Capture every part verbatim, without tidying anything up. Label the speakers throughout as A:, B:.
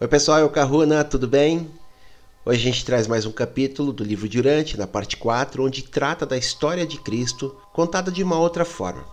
A: Oi pessoal, eu Kahuna, tudo bem? Hoje a gente traz mais um capítulo do livro Durante, na parte quatro, onde trata da história de Cristo, contada de uma outra forma.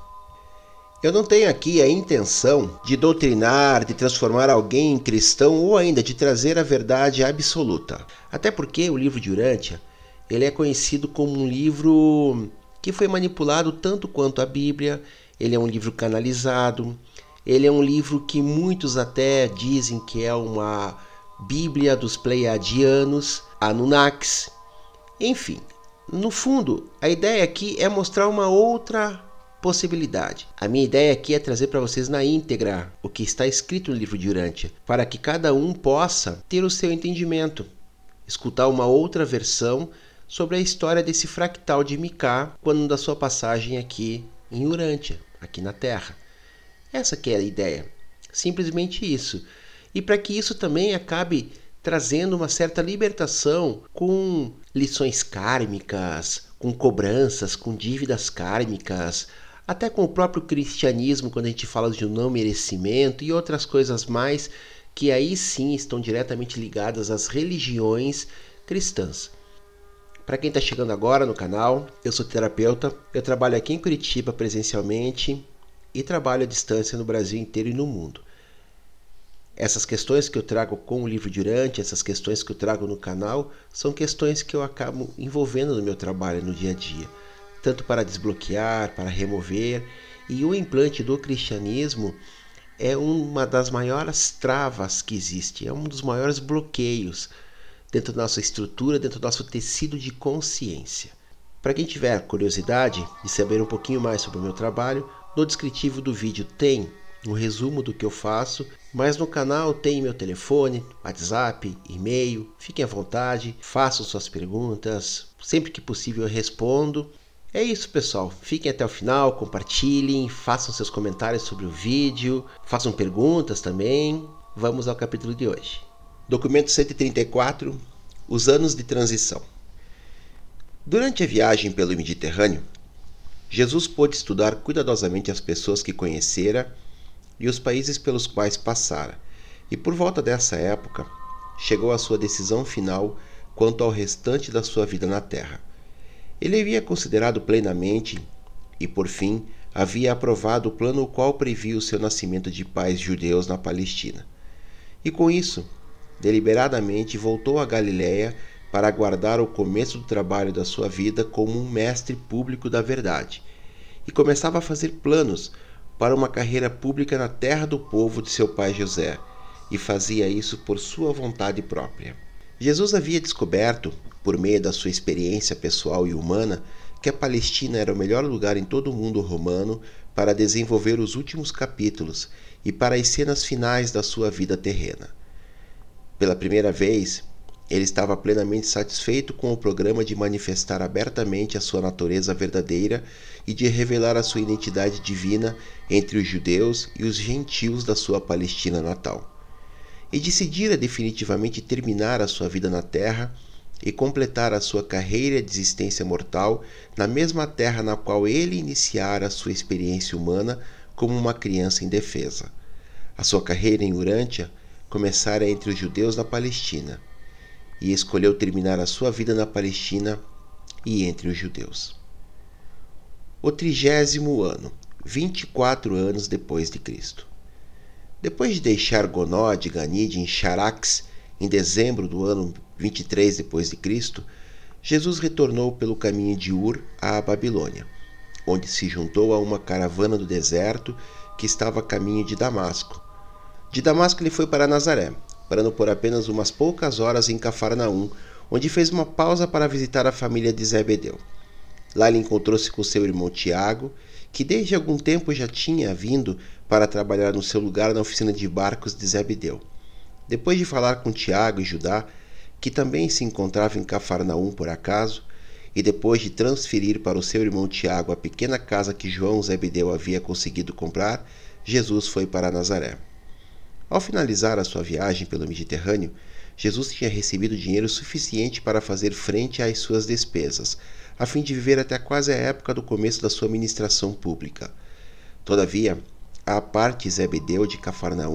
A: Eu não tenho aqui a intenção de doutrinar, de transformar alguém em cristão ou ainda de trazer a verdade absoluta. Até porque o livro Durante, ele é conhecido como um livro que foi manipulado tanto quanto a Bíblia, ele é um livro canalizado, ele é um livro que muitos até dizem que é uma Bíblia dos Pleiadianos, Anunnakis. Enfim, no fundo, a ideia aqui é mostrar uma outra possibilidade. A minha ideia aqui é trazer para vocês na íntegra o que está escrito no livro Durante, para que cada um possa ter o seu entendimento, escutar uma outra versão sobre a história desse fractal de Micá quando da sua passagem aqui em Urântia, aqui na Terra. Essa que é a ideia, simplesmente isso. E para que isso também acabe trazendo uma certa libertação com lições kármicas, com cobranças, com dívidas kármicas, até com o próprio cristianismo, quando a gente fala de um não merecimento e outras coisas mais que aí sim estão diretamente ligadas às religiões cristãs. Para quem está chegando agora no canal, eu sou terapeuta, eu trabalho aqui em Curitiba presencialmente e trabalho à distância no Brasil inteiro e no mundo. Essas questões que eu trago com o livro Durante, essas questões que eu trago no canal, são questões que eu acabo envolvendo no meu trabalho no dia a dia, tanto para desbloquear, para remover, e o implante do cristianismo é uma das maiores travas que existe, é um dos maiores bloqueios dentro da nossa estrutura, dentro do nosso tecido de consciência. Para quem tiver curiosidade de saber um pouquinho mais sobre o meu trabalho, no descritivo do vídeo tem um resumo do que eu faço, mas no canal tem meu telefone, WhatsApp, e-mail. Fiquem à vontade, façam suas perguntas, sempre que possível eu respondo. É isso, pessoal. Fiquem até o final, compartilhem, façam seus comentários sobre o vídeo, façam perguntas também. Vamos ao capítulo de hoje. Documento cento e trinta e quatro, os anos de transição. Durante a viagem pelo Mediterrâneo, Jesus pôde estudar cuidadosamente as pessoas que conhecera e os países pelos quais passara, e por volta dessa época chegou à sua decisão final quanto ao restante da sua vida na terra. Ele havia considerado plenamente e, por fim, havia aprovado o plano o qual previa o seu nascimento de pais judeus na Palestina. E com isso, deliberadamente voltou a Galiléia para aguardar o começo do trabalho da sua vida como um mestre público da verdade, e começava a fazer planos para uma carreira pública na terra do povo de seu pai José, e fazia isso por sua vontade própria. Jesus havia descoberto, por meio da sua experiência pessoal e humana, que a Palestina era o melhor lugar em todo o mundo romano para desenvolver os últimos capítulos e para as cenas finais da sua vida terrena. Pela primeira vez, ele estava plenamente satisfeito com o programa de manifestar abertamente a sua natureza verdadeira e de revelar a sua identidade divina entre os judeus e os gentios da sua Palestina natal. E decidira definitivamente terminar a sua vida na terra e completar a sua carreira de existência mortal na mesma terra na qual ele iniciara a sua experiência humana como uma criança indefesa. A sua carreira em Urântia começara entre os judeus da Palestina, e escolheu terminar a sua vida na Palestina e entre os judeus. O trigésimo ano, vinte e quatro anos depois de Cristo. Depois de deixar Gonod e Ganid em Charax, em dezembro do ano vinte e três depois de Cristo, Jesus retornou pelo caminho de Ur à Babilônia, onde se juntou a uma caravana do deserto que estava a caminho de Damasco. De Damasco ele foi para Nazaré, parando por apenas umas poucas horas em Cafarnaum, onde fez uma pausa para visitar a família de Zebedeu. Lá ele encontrou-se com seu irmão Tiago, que desde algum tempo já tinha vindo para trabalhar no seu lugar na oficina de barcos de Zebedeu. Depois de falar com Tiago e Judá, que também se encontrava em Cafarnaum por acaso, e depois de transferir para o seu irmão Tiago a pequena casa que João Zebedeu havia conseguido comprar, Jesus foi para Nazaré. Ao finalizar a sua viagem pelo Mediterrâneo, Jesus tinha recebido dinheiro suficiente para fazer frente às suas despesas, a fim de viver até quase a época do começo da sua ministração pública. Todavia, à parte Zebedeu de Cafarnaum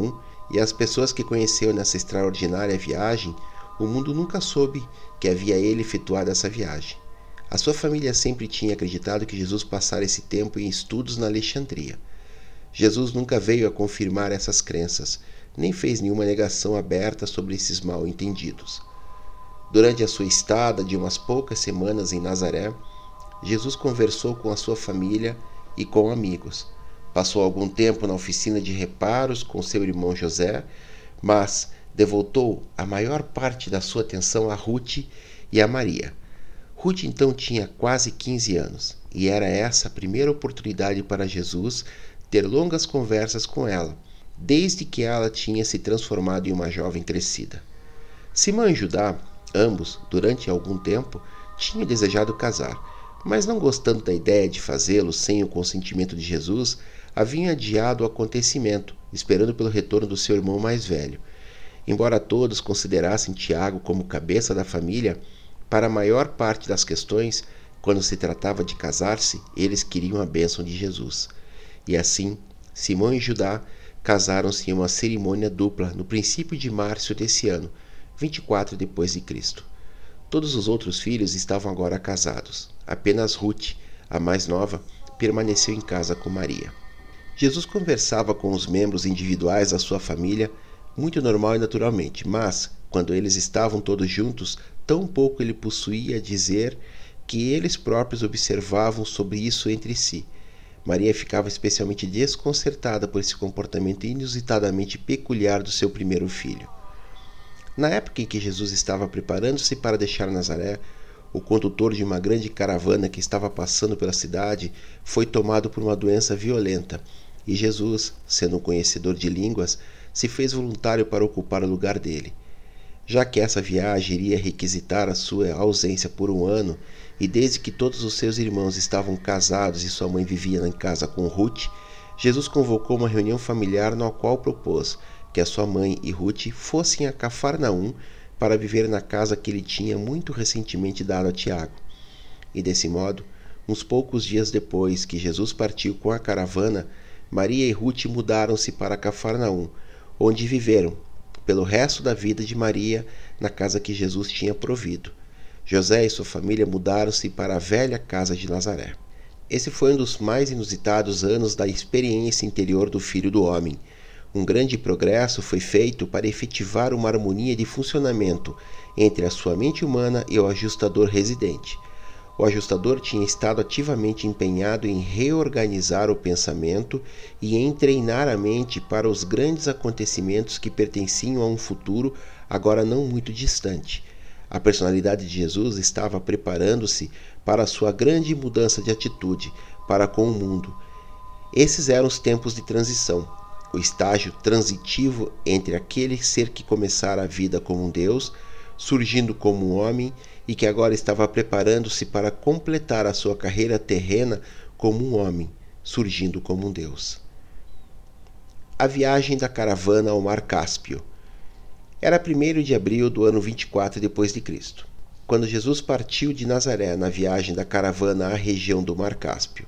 A: e as pessoas que conheceu nessa extraordinária viagem, o mundo nunca soube que havia ele efetuado essa viagem. A sua família sempre tinha acreditado que Jesus passara esse tempo em estudos na Alexandria. Jesus nunca veio a confirmar essas crenças, nem fez nenhuma negação aberta sobre esses mal-entendidos. Durante a sua estada de umas poucas semanas em Nazaré, Jesus conversou com a sua família e com amigos. Passou algum tempo na oficina de reparos com seu irmão José, mas devotou a maior parte da sua atenção a Ruth e a Maria. Ruth então tinha quase quinze anos, e era essa a primeira oportunidade para Jesus ter longas conversas com ela, desde que ela tinha se transformado em uma jovem crescida. Simão e Judá, ambos, durante algum tempo, tinham desejado casar, mas não gostando da ideia de fazê-lo sem o consentimento de Jesus, haviam adiado o acontecimento, esperando pelo retorno do seu irmão mais velho. Embora todos considerassem Tiago como cabeça da família, para a maior parte das questões, quando se tratava de casar-se, eles queriam a bênção de Jesus. E assim, Simão e Judá casaram-se em uma cerimônia dupla no princípio de março desse ano, vinte e quatro depois de Cristo. Todos os outros filhos estavam agora casados. Apenas Ruth, a mais nova, permaneceu em casa com Maria. Jesus conversava com os membros individuais da sua família, muito normal e naturalmente, mas, quando eles estavam todos juntos, tão pouco ele possuía a dizer que eles próprios observavam sobre isso entre si. Maria ficava especialmente desconcertada por esse comportamento inusitadamente peculiar do seu primeiro filho. Na época em que Jesus estava preparando-se para deixar Nazaré, o condutor de uma grande caravana que estava passando pela cidade foi tomado por uma doença violenta, e Jesus, sendo um conhecedor de línguas, se fez voluntário para ocupar o lugar dele. Já que essa viagem iria requisitar a sua ausência por um ano, e desde que todos os seus irmãos estavam casados e sua mãe vivia em casa com Ruth, Jesus convocou uma reunião familiar na qual propôs que a sua mãe e Ruth fossem a Cafarnaum para viver na casa que ele tinha muito recentemente dado a Tiago. E desse modo, uns poucos dias depois que Jesus partiu com a caravana, Maria e Ruth mudaram-se para Cafarnaum, onde viveram, pelo resto da vida de Maria, na casa que Jesus tinha provido. José e sua família mudaram-se para a velha casa de Nazaré. Esse foi um dos mais inusitados anos da experiência interior do Filho do Homem. Um grande progresso foi feito para efetivar uma harmonia de funcionamento entre a sua mente humana e o ajustador residente. O ajustador tinha estado ativamente empenhado em reorganizar o pensamento e em treinar a mente para os grandes acontecimentos que pertenciam a um futuro agora não muito distante. A personalidade de Jesus estava preparando-se para a sua grande mudança de atitude para com o mundo. Esses eram os tempos de transição, o estágio transitivo entre aquele ser que começara a vida como um Deus, surgindo como um homem, e que agora estava preparando-se para completar a sua carreira terrena como um homem, surgindo como um Deus. A viagem da caravana ao Mar Cáspio. Era primeiro de abril do ano vinte e quatro depois de Cristo, quando Jesus partiu de Nazaré na viagem da caravana à região do Mar Cáspio.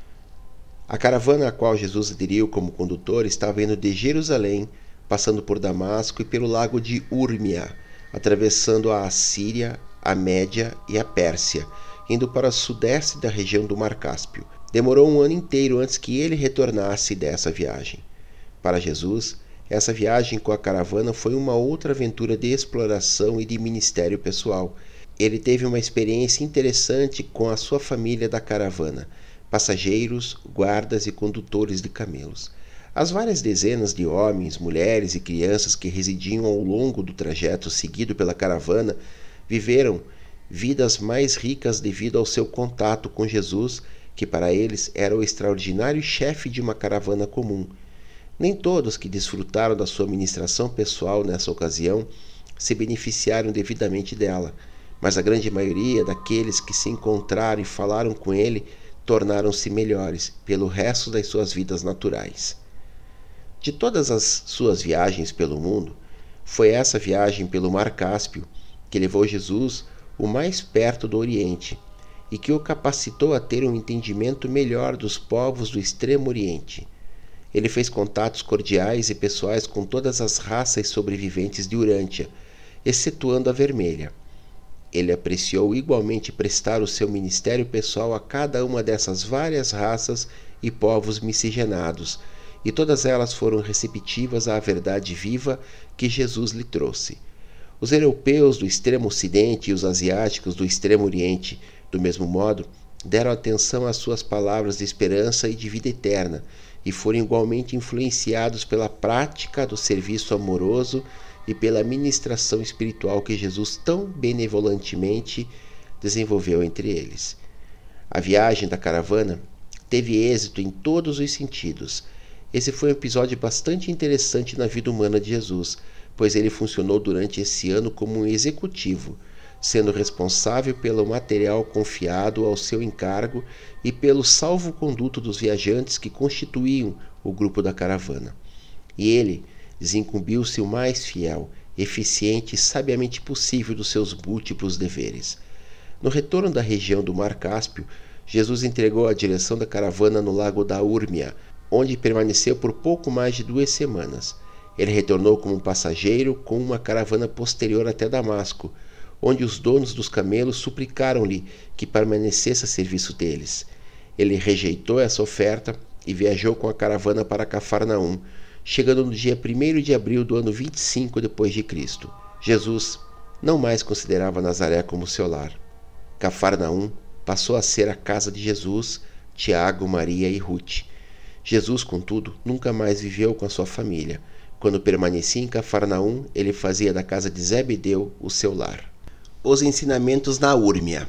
A: A caravana a qual Jesus aderiu como condutor estava indo de Jerusalém, passando por Damasco e pelo lago de Urmia, atravessando a Assíria, a Média e a Pérsia, indo para o sudeste da região do Mar Cáspio. Demorou um ano inteiro antes que ele retornasse dessa viagem. Para Jesus, essa viagem com a caravana foi uma outra aventura de exploração e de ministério pessoal. Ele teve uma experiência interessante com a sua família da caravana, passageiros, guardas e condutores de camelos. As várias dezenas de homens, mulheres e crianças que residiam ao longo do trajeto seguido pela caravana viveram vidas mais ricas devido ao seu contato com Jesus, que para eles era o extraordinário chefe de uma caravana comum. Nem todos que desfrutaram da sua ministração pessoal nessa ocasião se beneficiaram devidamente dela, mas a grande maioria daqueles que se encontraram e falaram com ele tornaram-se melhores pelo resto das suas vidas naturais. De todas as suas viagens pelo mundo, foi essa viagem pelo Mar Cáspio que levou Jesus o mais perto do Oriente e que o capacitou a ter um entendimento melhor dos povos do Extremo Oriente. Ele fez contatos cordiais e pessoais com todas as raças sobreviventes de Urântia, excetuando a vermelha. Ele apreciou igualmente prestar o seu ministério pessoal a cada uma dessas várias raças e povos miscigenados, e todas elas foram receptivas à verdade viva que Jesus lhe trouxe. Os europeus do extremo ocidente e os asiáticos do extremo oriente, do mesmo modo, deram atenção às suas palavras de esperança e de vida eterna, e foram igualmente influenciados pela prática do serviço amoroso e pela ministração espiritual que Jesus tão benevolentemente desenvolveu entre eles. A viagem da caravana teve êxito em todos os sentidos. Esse foi um episódio bastante interessante na vida humana de Jesus, pois ele funcionou durante esse ano como um executivo, sendo responsável pelo material confiado ao seu encargo e pelo salvo-conduto dos viajantes que constituíam o grupo da caravana. E ele desincumbiu-se o mais fiel, eficiente e sabiamente possível dos seus múltiplos deveres. No retorno da região do Mar Cáspio, Jesus entregou a direção da caravana no lago da Úrmia, onde permaneceu por pouco mais de duas semanas. Ele retornou como passageiro com uma caravana posterior até Damasco, onde os donos dos camelos suplicaram-lhe que permanecesse a serviço deles. Ele rejeitou essa oferta e viajou com a caravana para Cafarnaum, chegando no dia primeiro de abril do ano vinte e cinco depois de Cristo. Jesus não mais considerava Nazaré como seu lar. Cafarnaum passou a ser a casa de Jesus, Tiago, Maria e Ruth. Jesus, contudo, nunca mais viveu com a sua família. Quando permanecia em Cafarnaum, ele fazia da casa de Zebedeu o seu lar. Os ensinamentos na Úrmia.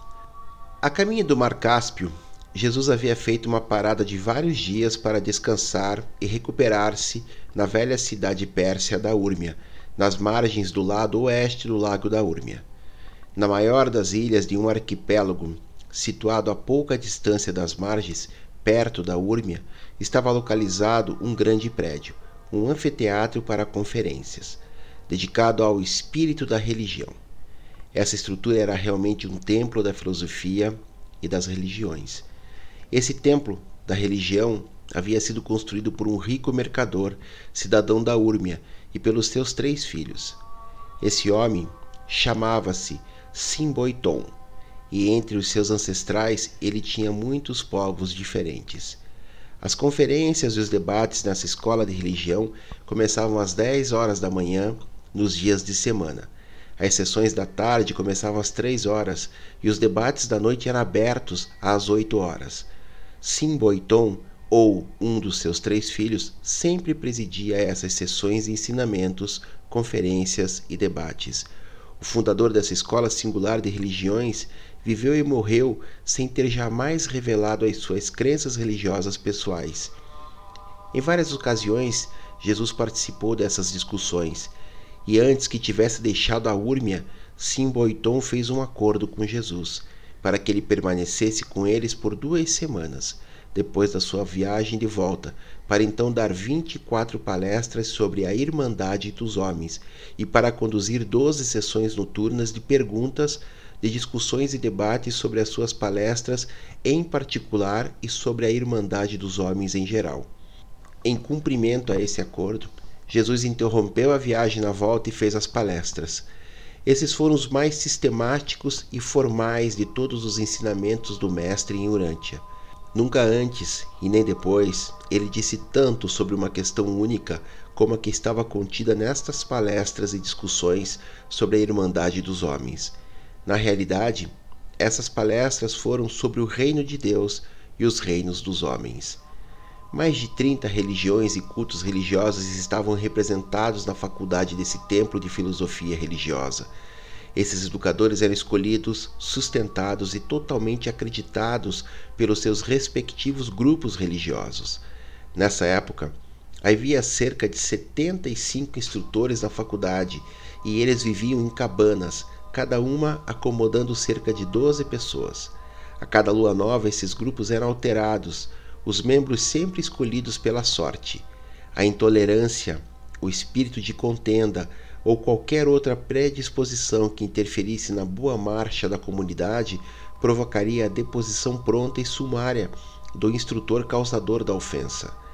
A: A caminho do Mar Cáspio, Jesus havia feito uma parada de vários dias para descansar e recuperar-se na velha cidade pérsia da Úrmia, nas margens do lado oeste do lago da Úrmia. Na maior das ilhas de um arquipélago, situado a pouca distância das margens, perto da Úrmia, estava localizado um grande prédio, um anfiteatro para conferências, dedicado ao espírito da religião. Essa estrutura era realmente um templo da filosofia e das religiões. Esse templo da religião havia sido construído por um rico mercador, cidadão da Úrmia, e pelos seus três filhos. Esse homem chamava-se Simboiton, e entre os seus ancestrais ele tinha muitos povos diferentes. As conferências e os debates nessa escola de religião começavam às dez horas da manhã, nos dias de semana. As sessões da tarde começavam às três horas e os debates da noite eram abertos às oito horas. Simboiton, ou um dos seus três filhos, sempre presidia essas sessões de ensinamentos, conferências e debates. O fundador dessa escola singular de religiões viveu e morreu sem ter jamais revelado as suas crenças religiosas pessoais. Em várias ocasiões, Jesus participou dessas discussões, e antes que tivesse deixado a Úrmia, Simboiton fez um acordo com Jesus, para que ele permanecesse com eles por duas semanas, depois da sua viagem de volta, para então dar vinte e quatro palestras sobre a Irmandade dos Homens e para conduzir doze sessões noturnas de perguntas, de discussões e debates sobre as suas palestras em particular e sobre a Irmandade dos Homens em geral. Em cumprimento a esse acordo, Jesus interrompeu a viagem na volta e fez as palestras. Esses foram os mais sistemáticos e formais de todos os ensinamentos do Mestre em Urântia. Nunca antes e nem depois ele disse tanto sobre uma questão única como a que estava contida nestas palestras e discussões sobre a Irmandade dos Homens. Na realidade, essas palestras foram sobre o reino de Deus e os reinos dos homens. Mais de trinta religiões e cultos religiosos estavam representados na faculdade desse templo de filosofia religiosa. Esses educadores eram escolhidos, sustentados e totalmente acreditados pelos seus respectivos grupos religiosos. Nessa época, havia cerca de setenta e cinco instrutores na faculdade e eles viviam em cabanas, cada uma acomodando cerca de doze pessoas. A cada lua nova, esses grupos eram alterados, os membros sempre escolhidos pela sorte. A intolerância, o espírito de contenda ou qualquer outra predisposição que interferisse na boa marcha da comunidade provocaria a deposição pronta e sumária do instrutor causador da ofensa.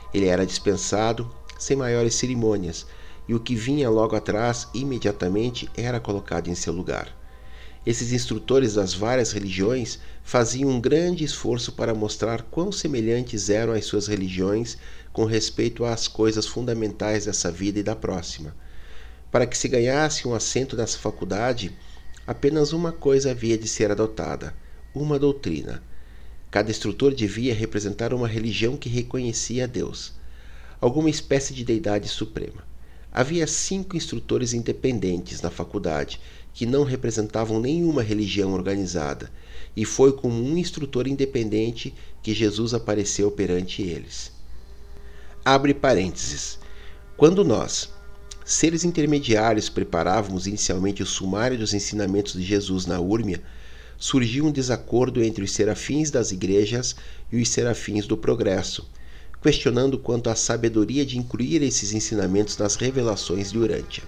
A: Ele era dispensado sem maiores cerimônias, e o que vinha logo atrás imediatamente era colocado em seu lugar. Esses instrutores das várias religiões faziam um grande esforço para mostrar quão semelhantes eram as suas religiões com respeito às coisas fundamentais dessa vida e da próxima. Para que se ganhasse um assento nessa faculdade, apenas uma coisa havia de ser adotada: uma doutrina. Cada instrutor devia representar uma religião que reconhecia a Deus, alguma espécie de deidade suprema. Havia cinco instrutores independentes na faculdade que não representavam nenhuma religião organizada, e foi como um instrutor independente que Jesus apareceu perante eles. Abre parênteses. Quando nós, seres intermediários, preparávamos inicialmente o sumário dos ensinamentos de Jesus na Úrmia, surgiu um desacordo entre os serafins das igrejas e os serafins do progresso, questionando quanto à sabedoria de incluir esses ensinamentos nas revelações de Urântia.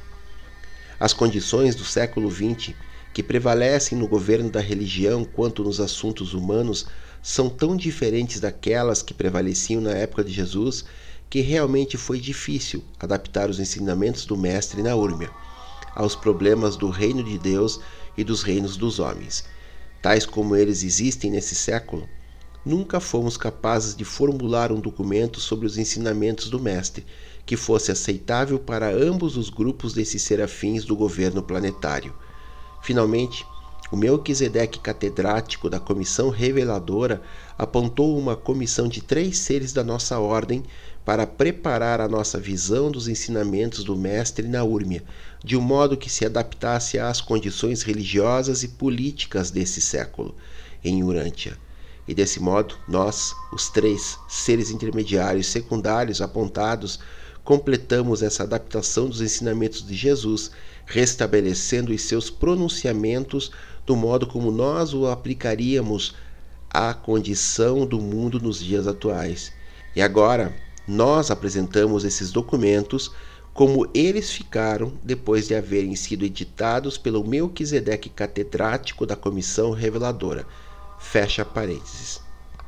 A: As condições do século vinte, que prevalecem no governo da religião quanto nos assuntos humanos, são tão diferentes daquelas que prevaleciam na época de Jesus que realmente foi difícil adaptar os ensinamentos do Mestre na Úrmia aos problemas do reino de Deus e dos reinos dos homens. Tais como eles existem nesse século, nunca fomos capazes de formular um documento sobre os ensinamentos do Mestre que fosse aceitável para ambos os grupos desses serafins do governo planetário. Finalmente, o Melquisedeque catedrático da Comissão Reveladora apontou uma comissão de três seres da nossa ordem para preparar a nossa visão dos ensinamentos do Mestre na Úrmia, de um modo que se adaptasse às condições religiosas e políticas desse século, em Urântia. E desse modo, nós, os três seres intermediários secundários apontados, completamos essa adaptação dos ensinamentos de Jesus, restabelecendo os seus pronunciamentos do modo como nós o aplicaríamos à condição do mundo nos dias atuais. E agora, nós apresentamos esses documentos como eles ficaram depois de haverem sido editados pelo Melquisedeque catedrático da Comissão Reveladora. Fecha parênteses.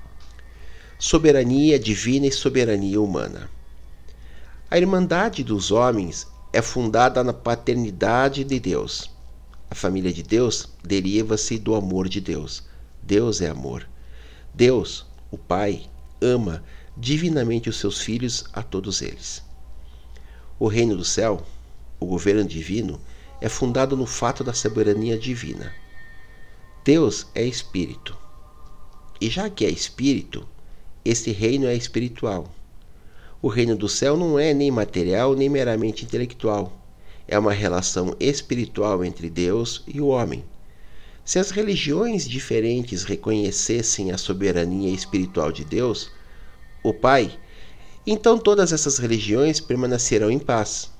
A: Soberania divina e soberania humana. A Irmandade dos homens é fundada na paternidade de Deus. A família de Deus deriva-se do amor de Deus. Deus é amor. Deus, o Pai, ama divinamente os seus filhos a todos eles. O reino do céu, o governo divino, é fundado no fato da soberania divina. Deus é espírito. E já que é espírito, este reino é espiritual. O reino do céu não é nem material nem meramente intelectual. É uma relação espiritual entre Deus e o homem. Se as religiões diferentes reconhecessem a soberania espiritual de Deus, o Pai, então todas essas religiões permanecerão em paz.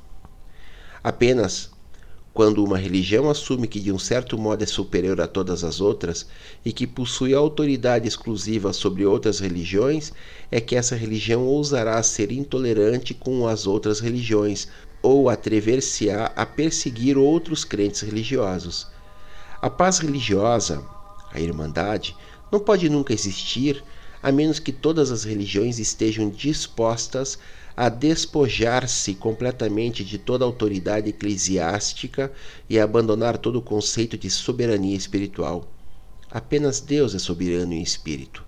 A: Apenas quando uma religião assume que de um certo modo é superior a todas as outras e que possui autoridade exclusiva sobre outras religiões, é que essa religião ousará ser intolerante com as outras religiões ou atrever-se-á a perseguir outros crentes religiosos. A paz religiosa, a irmandade, não pode nunca existir a menos que todas as religiões estejam dispostas a despojar-se completamente de toda autoridade eclesiástica e a abandonar todo o conceito de soberania espiritual. Apenas Deus é soberano em espírito.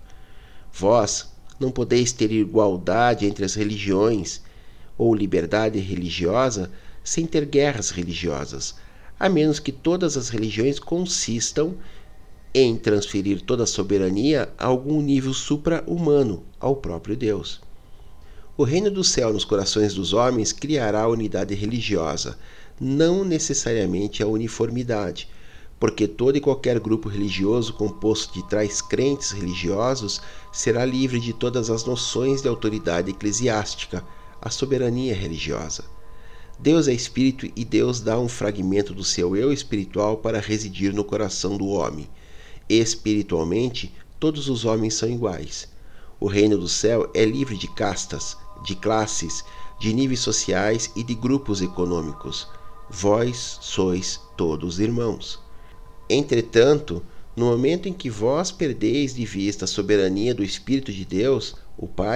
A: Vós não podeis ter igualdade entre as religiões ou liberdade religiosa sem ter guerras religiosas, a menos que todas as religiões consistam em transferir toda a soberania a algum nível supra-humano, ao próprio Deus. O reino do céu nos corações dos homens criará a unidade religiosa, não necessariamente a uniformidade, porque todo e qualquer grupo religioso composto de tais crentes religiosos será livre de todas as noções de autoridade eclesiástica, a soberania religiosa. Deus é espírito e Deus dá um fragmento do seu eu espiritual para residir no coração do homem. Espiritualmente, todos os homens são iguais. O reino do céu é livre de castas, de classes, de níveis sociais e de grupos econômicos. Vós sois todos irmãos. Entretanto, no momento em que vós perdeis de vista a soberania do Espírito de Deus, o Pai,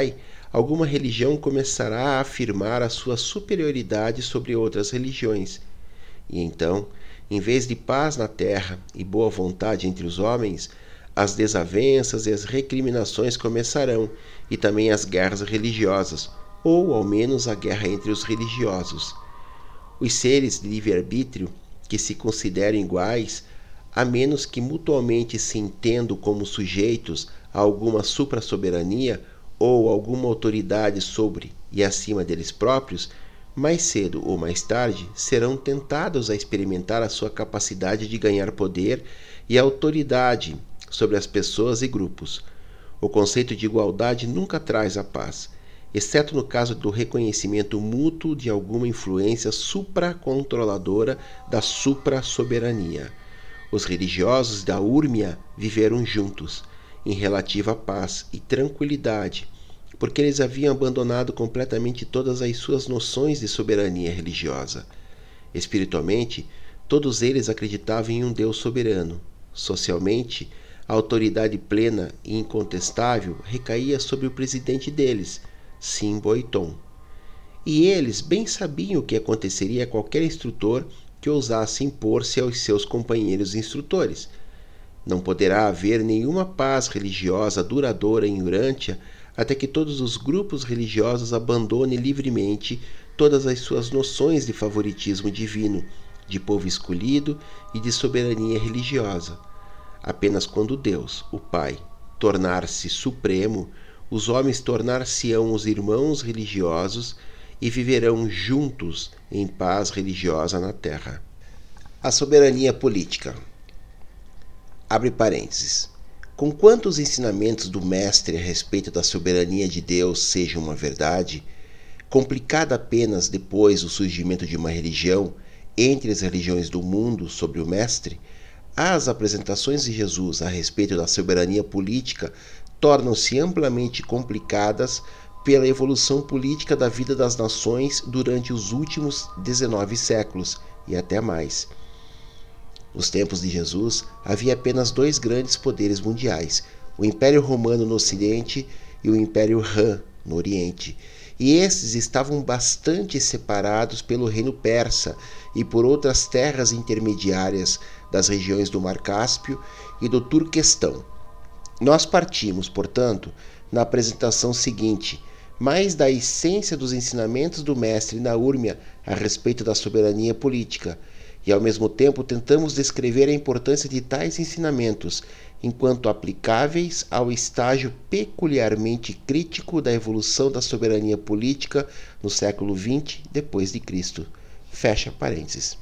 A: alguma religião começará a afirmar a sua superioridade sobre outras religiões. E então, em vez de paz na terra e boa vontade entre os homens, as desavenças e as recriminações começarão, e também as guerras religiosas, ou ao menos a guerra entre os religiosos. Os seres de livre-arbítrio, que se consideram iguais, a menos que mutuamente se entendam como sujeitos a alguma supra-soberania ou alguma autoridade sobre e acima deles próprios, mais cedo ou mais tarde serão tentados a experimentar a sua capacidade de ganhar poder e autoridade sobre as pessoas e grupos. O conceito de igualdade nunca traz a paz, exceto no caso do reconhecimento mútuo de alguma influência supracontroladora da supra-soberania. Os religiosos da Úrmia viveram juntos, em relativa paz e tranquilidade, porque eles haviam abandonado completamente todas as suas noções de soberania religiosa. Espiritualmente, todos eles acreditavam em um Deus soberano. Socialmente, a autoridade plena e incontestável recaía sobre o presidente deles, Sim Boiton. E eles bem sabiam o que aconteceria a qualquer instrutor que ousasse impor-se aos seus companheiros instrutores. Não poderá haver nenhuma paz religiosa duradoura em Urântia até que todos os grupos religiosos abandonem livremente todas as suas noções de favoritismo divino, de povo escolhido e de soberania religiosa. Apenas quando Deus, o Pai, tornar-se supremo, os homens tornar-se-ão os irmãos religiosos e viverão juntos em paz religiosa na terra. A soberania política. Abre parênteses. Conquanto os ensinamentos do Mestre a respeito da soberania de Deus sejam uma verdade, complicada apenas depois do surgimento de uma religião entre as religiões do mundo sobre o Mestre, as apresentações de Jesus a respeito da soberania política tornam-se amplamente complicadas pela evolução política da vida das nações durante os últimos dezenove séculos e até mais. Nos tempos de Jesus, havia apenas dois grandes poderes mundiais, o Império Romano no Ocidente e o Império Han no Oriente, e esses estavam bastante separados pelo Reino Persa e por outras terras intermediárias das regiões do Mar Cáspio e do Turquestão. Nós partimos, portanto, na apresentação seguinte, mais da essência dos ensinamentos do Mestre na Úrmia a respeito da soberania política, e ao mesmo tempo tentamos descrever a importância de tais ensinamentos, enquanto aplicáveis ao estágio peculiarmente crítico da evolução da soberania política no século vinte depois de Cristo. Fecha parênteses.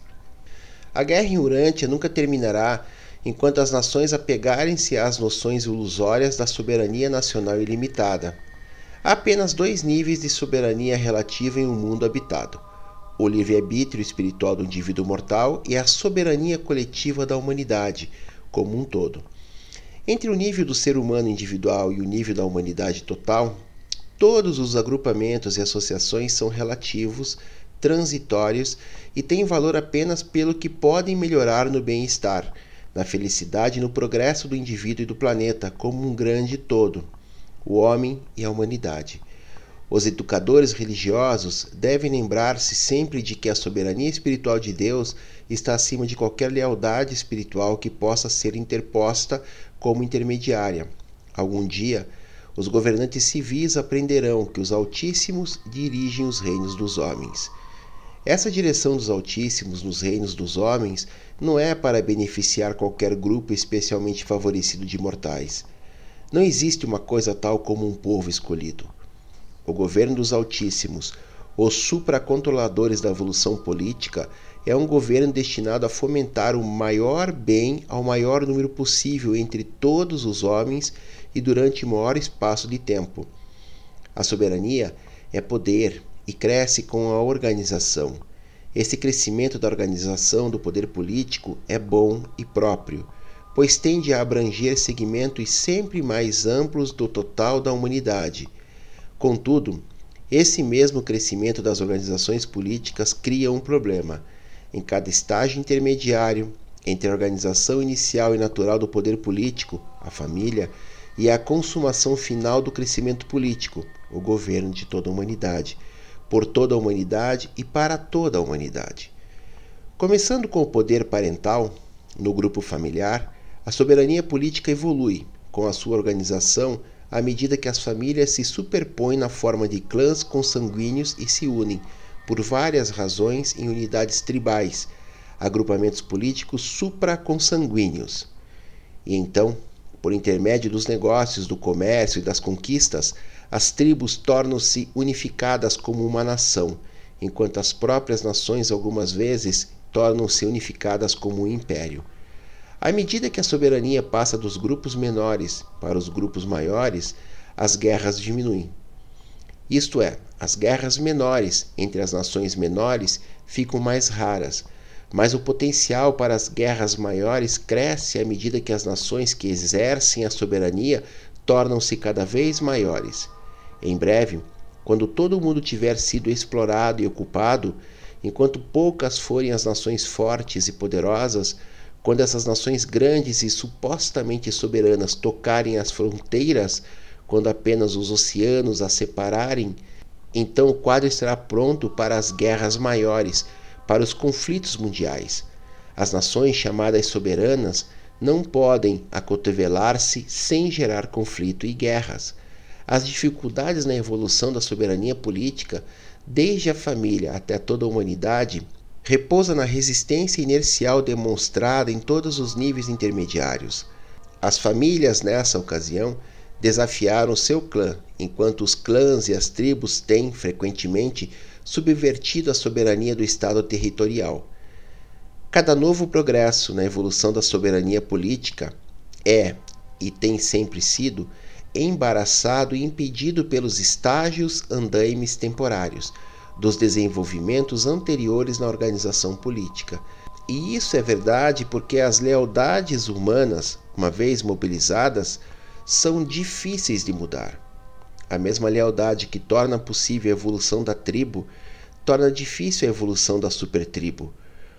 A: A guerra em Urântia nunca terminará enquanto as nações apegarem-se às noções ilusórias da soberania nacional ilimitada. Há apenas dois níveis de soberania relativa em um mundo habitado: o livre-arbítrio espiritual do indivíduo mortal e a soberania coletiva da humanidade como um todo. Entre o nível do ser humano individual e o nível da humanidade total, todos os agrupamentos e associações são relativos, transitórios e têm valor apenas pelo que podem melhorar no bem-estar, na felicidade e no progresso do indivíduo e do planeta como um grande todo, o homem e a humanidade. Os educadores religiosos devem lembrar-se sempre de que a soberania espiritual de Deus está acima de qualquer lealdade espiritual que possa ser interposta como intermediária. Algum dia, os governantes civis aprenderão que os Altíssimos dirigem os reinos dos homens. Essa direção dos Altíssimos nos reinos dos homens não é para beneficiar qualquer grupo especialmente favorecido de mortais. Não existe uma coisa tal como um povo escolhido. O governo dos Altíssimos, os supracontroladores da evolução política, é um governo destinado a fomentar o maior bem ao maior número possível entre todos os homens e durante o maior espaço de tempo. A soberania é poder e cresce com a organização. Esse crescimento da organização do poder político é bom e próprio, pois tende a abranger segmentos sempre mais amplos do total da humanidade. Contudo, esse mesmo crescimento das organizações políticas cria um problema. Em cada estágio intermediário, entre a organização inicial e natural do poder político, a família, e a consumação final do crescimento político, o governo de toda a humanidade, por toda a humanidade e para toda a humanidade. Começando com o poder parental, no grupo familiar, a soberania política evolui, com a sua organização, à medida que as famílias se superpõem na forma de clãs consanguíneos e se unem, por várias razões, em unidades tribais, agrupamentos políticos supraconsanguíneos. E então, por intermédio dos negócios, do comércio e das conquistas, as tribos tornam-se unificadas como uma nação, enquanto as próprias nações algumas vezes tornam-se unificadas como um império. À medida que a soberania passa dos grupos menores para os grupos maiores, as guerras diminuem. Isto é, as guerras menores entre as nações menores ficam mais raras, mas o potencial para as guerras maiores cresce à medida que as nações que exercem a soberania tornam-se cada vez maiores. Em breve, quando todo mundo tiver sido explorado e ocupado, enquanto poucas forem as nações fortes e poderosas, quando essas nações grandes e supostamente soberanas tocarem as fronteiras, quando apenas os oceanos as separarem, então o quadro estará pronto para as guerras maiores, para os conflitos mundiais. As nações chamadas soberanas não podem acotovelar-se sem gerar conflito e guerras. As dificuldades na evolução da soberania política, desde a família até toda a humanidade, repousa na resistência inercial demonstrada em todos os níveis intermediários. As famílias, nessa ocasião, desafiaram seu clã, enquanto os clãs e as tribos têm, frequentemente, subvertido a soberania do Estado territorial. Cada novo progresso na evolução da soberania política é, e tem sempre sido, embaraçado e impedido pelos estágios andaimes temporários dos desenvolvimentos anteriores na organização política. E isso é verdade porque as lealdades humanas, uma vez mobilizadas, são difíceis de mudar. A mesma lealdade que torna possível a evolução da tribo, torna difícil a evolução da supertribo,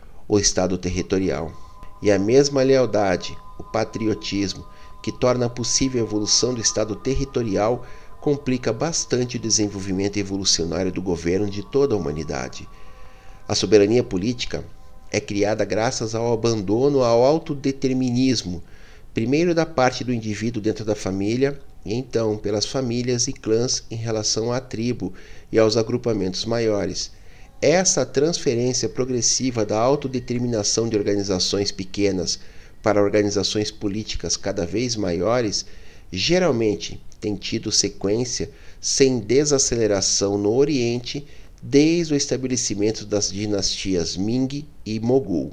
A: o estado territorial. E a mesma lealdade, o patriotismo, que torna possível a evolução do estado territorial, complica bastante o desenvolvimento evolucionário do governo de toda a humanidade. A soberania política é criada graças ao abandono ao autodeterminismo, primeiro da parte do indivíduo dentro da família, e então pelas famílias e clãs em relação à tribo e aos agrupamentos maiores. Essa transferência progressiva da autodeterminação de organizações pequenas para organizações políticas cada vez maiores, geralmente tem tido sequência sem desaceleração no Oriente desde o estabelecimento das dinastias Ming e Mogul.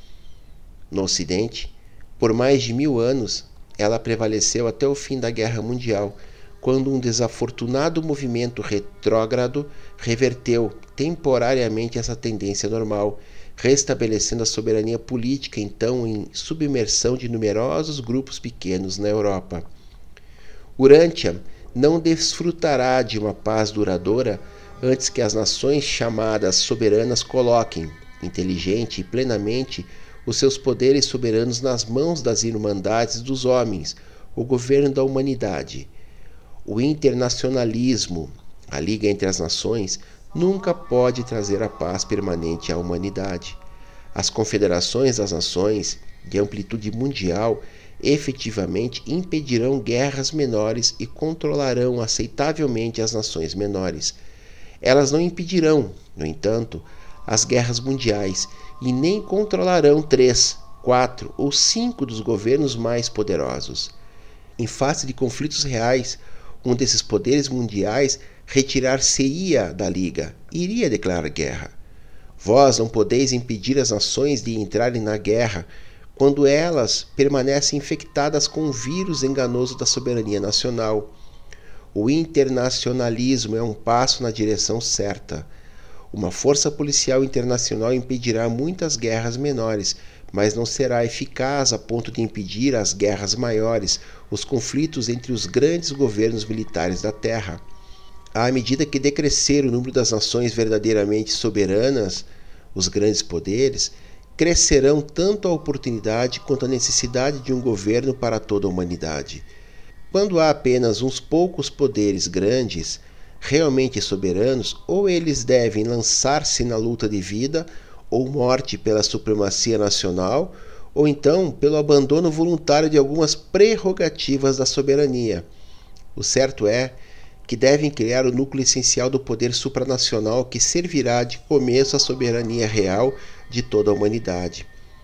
A: No Ocidente, por mais de mil anos, ela prevaleceu até o fim da Guerra Mundial, quando um desafortunado movimento retrógrado reverteu temporariamente essa tendência normal, restabelecendo a soberania política então em submersão de numerosos grupos pequenos na Europa. Urântia não desfrutará de uma paz duradoura antes que as nações chamadas soberanas coloquem, inteligente e plenamente, os seus poderes soberanos nas mãos das irmandades dos homens, o governo da humanidade. O internacionalismo, a liga entre as nações, nunca pode trazer a paz permanente à humanidade. As confederações das nações, de amplitude mundial, efetivamente impedirão guerras menores e controlarão aceitavelmente as nações menores. Elas não impedirão, no entanto, as guerras mundiais e nem controlarão três, quatro ou cinco dos governos mais poderosos. Em face de conflitos reais, um desses poderes mundiais retirar-se-ia da Liga, iria declarar guerra. Vós não podeis impedir as nações de entrarem na guerra quando elas permanecem infectadas com o vírus enganoso da soberania nacional. O internacionalismo é um passo na direção certa. Uma força policial internacional impedirá muitas guerras menores, mas não será eficaz a ponto de impedir as guerras maiores, os conflitos entre os grandes governos militares da Terra. À medida que decrescer o número das nações verdadeiramente soberanas, os grandes poderes, crescerão tanto a oportunidade quanto a necessidade de um governo para toda a humanidade. Quando há apenas uns poucos poderes grandes, realmente soberanos, ou eles devem lançar-se na luta de vida ou morte pela supremacia nacional, ou então pelo abandono voluntário de algumas prerrogativas da soberania. O certo é que devem criar o núcleo essencial do poder supranacional que servirá de começo à soberania real de toda a humanidade.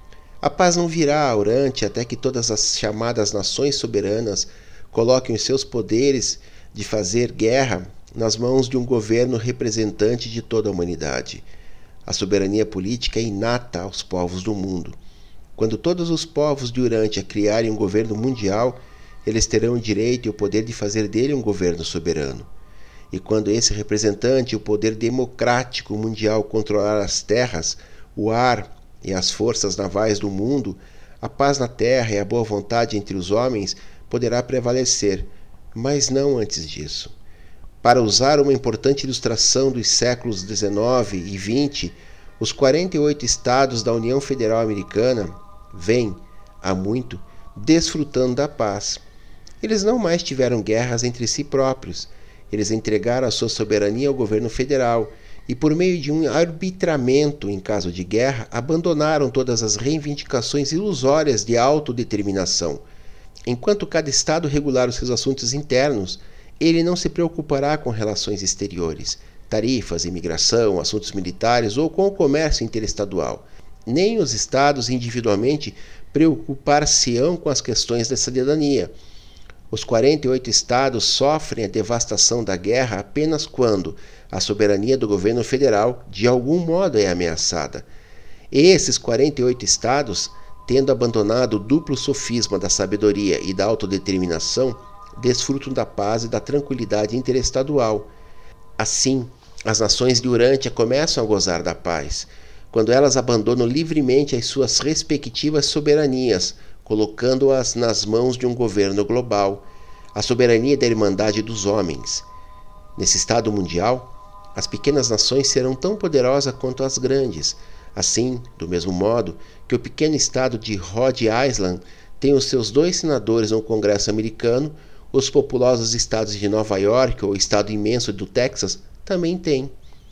A: A paz não virá orante até que todas as chamadas nações soberanas coloquem os seus poderes de fazer guerra nas mãos de um governo representante de toda a humanidade. A soberania política é inata aos povos do mundo. Quando todos os povos de Urântia criarem um governo mundial, eles terão o direito e o poder de fazer dele um governo soberano. E quando esse representante e o poder democrático mundial controlar as terras, o ar e as forças navais do mundo, a paz na terra e a boa vontade entre os homens poderá prevalecer, mas não antes disso. Para usar uma importante ilustração dos séculos dezenove e vinte, os quarenta e oito estados da União Federal Americana vêm, há muito, desfrutando da paz. Eles não mais tiveram guerras entre si próprios. Eles entregaram a sua soberania ao governo federal e, por meio de um arbitramento em caso de guerra, abandonaram todas as reivindicações ilusórias de autodeterminação. Enquanto cada estado regular os seus assuntos internos, ele não se preocupará com relações exteriores, tarifas, imigração, assuntos militares ou com o comércio interestadual. Nem os estados individualmente preocupar-se-ão com as questões da cidadania. Os quarenta e oito estados sofrem a devastação da guerra apenas quando a soberania do governo federal de algum modo é ameaçada. Esses quarenta e oito estados, tendo abandonado o duplo sofisma da sabedoria e da autodeterminação, desfrutam da paz e da tranquilidade interestadual. Assim, as nações de Urântia começam a gozar da paz, quando elas abandonam livremente as suas respectivas soberanias, colocando-as nas mãos de um governo global, a soberania da Irmandade dos Homens. Nesse estado mundial, as pequenas nações serão tão poderosas quanto as grandes. Assim, do mesmo modo que o pequeno estado de Rhode Island tem os seus dois senadores no Congresso americano, os populosos estados de Nova York ou o estado imenso do Texas também têm.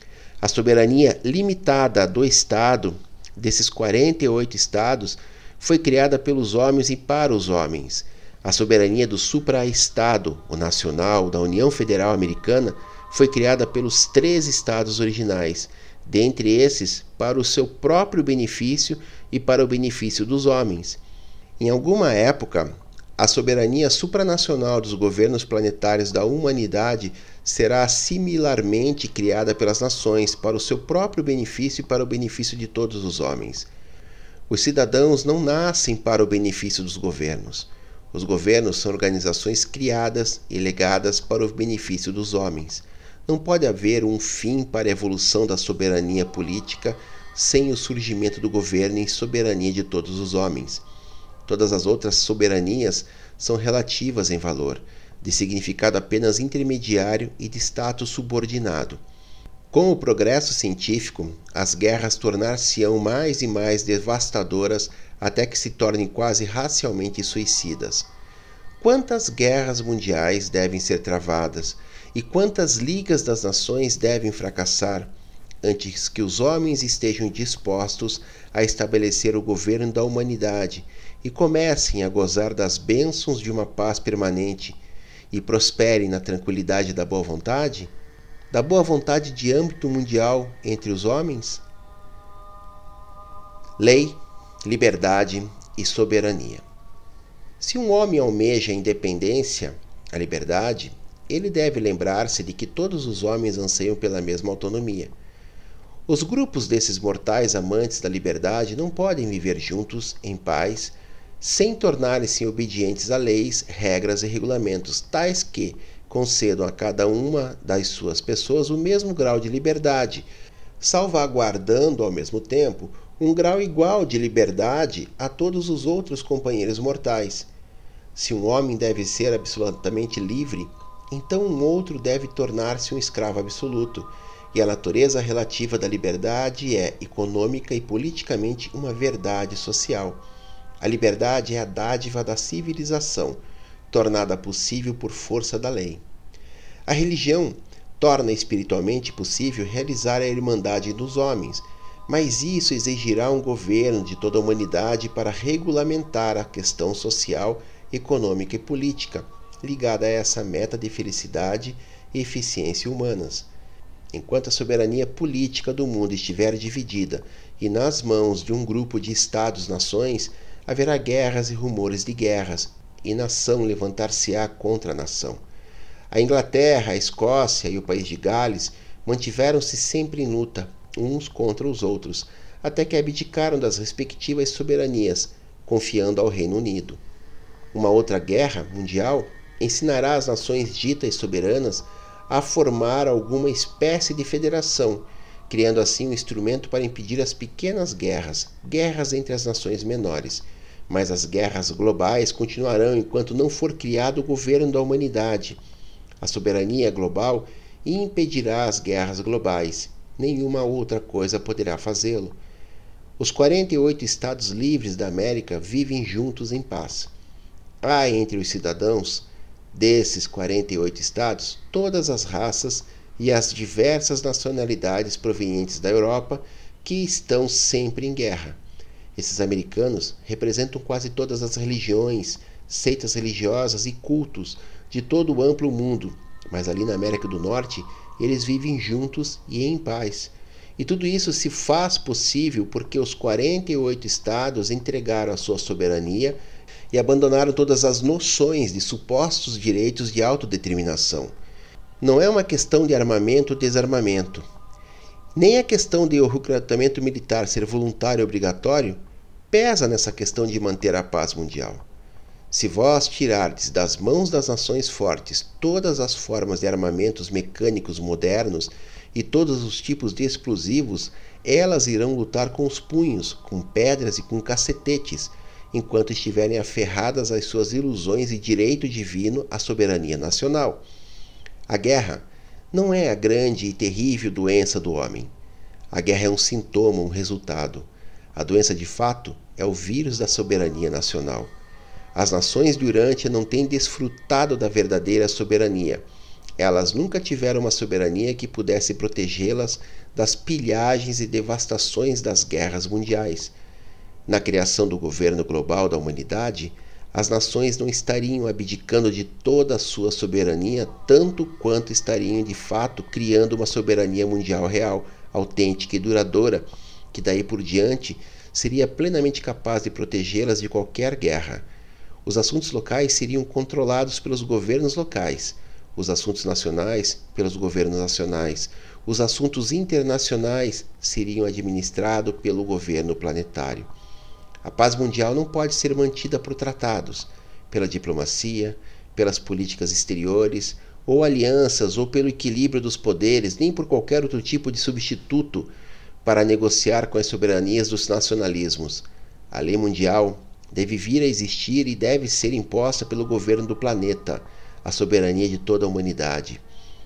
A: A soberania limitada do estado, desses quarenta e oito estados, foi criada pelos homens e para os homens. A soberania do supra-estado, o nacional, da União Federal Americana, foi criada pelos três estados originais, dentre esses para o seu próprio benefício e para o benefício dos homens. Em alguma época, a soberania supranacional dos governos planetários da humanidade será similarmente criada pelas nações para o seu próprio benefício e para o benefício de todos os homens. Os cidadãos não nascem para o benefício dos governos. Os governos são organizações criadas e legadas para o benefício dos homens. Não pode haver um fim para a evolução da soberania política sem o surgimento do governo e soberania de todos os homens. Todas as outras soberanias são relativas em valor, de significado apenas intermediário e de status subordinado. Com o progresso científico, as guerras tornar-se-ão mais e mais devastadoras até que se tornem quase racialmente suicidas. Quantas guerras mundiais devem ser travadas e quantas ligas das nações devem fracassar antes que os homens estejam dispostos a estabelecer o governo da humanidade e comecem a gozar das bênçãos de uma paz permanente e prosperem na tranquilidade da boa vontade? Da boa vontade de âmbito mundial entre os homens? Lei, liberdade e soberania. Se um homem almeja a independência, a liberdade, ele deve lembrar-se de que todos os homens anseiam pela mesma autonomia. Os grupos desses mortais amantes da liberdade não podem viver juntos, em paz, sem tornarem-se obedientes a leis, regras e regulamentos, tais que concedam a cada uma das suas pessoas o mesmo grau de liberdade, salvaguardando ao mesmo tempo um grau igual de liberdade a todos os outros companheiros mortais. Se um homem deve ser absolutamente livre, então um outro deve tornar-se um escravo absoluto, e a natureza relativa da liberdade é, econômica e politicamente, uma verdade social. A liberdade é a dádiva da civilização, tornada possível por força da lei. A religião torna espiritualmente possível realizar a irmandade dos homens, mas isso exigirá um governo de toda a humanidade para regulamentar a questão social, econômica e política ligada a essa meta de felicidade e eficiência humanas. Enquanto a soberania política do mundo estiver dividida e nas mãos de um grupo de estados-nações, haverá guerras e rumores de guerras, e nação levantar-se-á contra a nação. A Inglaterra, a Escócia e o país de Gales mantiveram-se sempre em luta, uns contra os outros, até que abdicaram das respectivas soberanias, confiando ao Reino Unido. Uma outra guerra mundial ensinará as nações ditas soberanas a formar alguma espécie de federação, criando assim um instrumento para impedir as pequenas guerras, guerras entre as nações menores. Mas as guerras globais continuarão enquanto não for criado o governo da humanidade. A soberania global impedirá as guerras globais. Nenhuma outra coisa poderá fazê-lo. Os quarenta e oito estados livres da América vivem juntos em paz. Há entre os cidadãos desses quarenta e oito estados todas as raças e as diversas nacionalidades provenientes da Europa que estão sempre em guerra. Esses americanos representam quase todas as religiões, seitas religiosas e cultos de todo o amplo mundo, mas ali na América do Norte eles vivem juntos e em paz. E tudo isso se faz possível porque os quarenta e oito estados entregaram a sua soberania e abandonaram todas as noções de supostos direitos de autodeterminação. Não é uma questão de armamento ou desarmamento. Nem a questão de o recrutamento militar ser voluntário e obrigatório pesa nessa questão de manter a paz mundial. Se vós tirardes das mãos das nações fortes todas as formas de armamentos mecânicos modernos e todos os tipos de explosivos, elas irão lutar com os punhos, com pedras e com cacetetes, enquanto estiverem aferradas às suas ilusões e direito divino à soberania nacional. A guerra não é a grande e terrível doença do homem. A guerra é um sintoma, um resultado. A doença de fato é o vírus da soberania nacional. As nações de Urântia não têm desfrutado da verdadeira soberania. Elas nunca tiveram uma soberania que pudesse protegê-las das pilhagens e devastações das guerras mundiais. Na criação do governo global da humanidade, as nações não estariam abdicando de toda a sua soberania tanto quanto estariam de fato criando uma soberania mundial real, autêntica e duradoura, que daí por diante seria plenamente capaz de protegê-las de qualquer guerra. Os assuntos locais seriam controlados pelos governos locais, os assuntos nacionais pelos governos nacionais, os assuntos internacionais seriam administrados pelo governo planetário. A paz mundial não pode ser mantida por tratados, pela diplomacia, pelas políticas exteriores, ou alianças, ou pelo equilíbrio dos poderes, nem por qualquer outro tipo de substituto para negociar com as soberanias dos nacionalismos. A lei mundial deve vir a existir e deve ser imposta pelo governo do planeta, a soberania de toda a humanidade.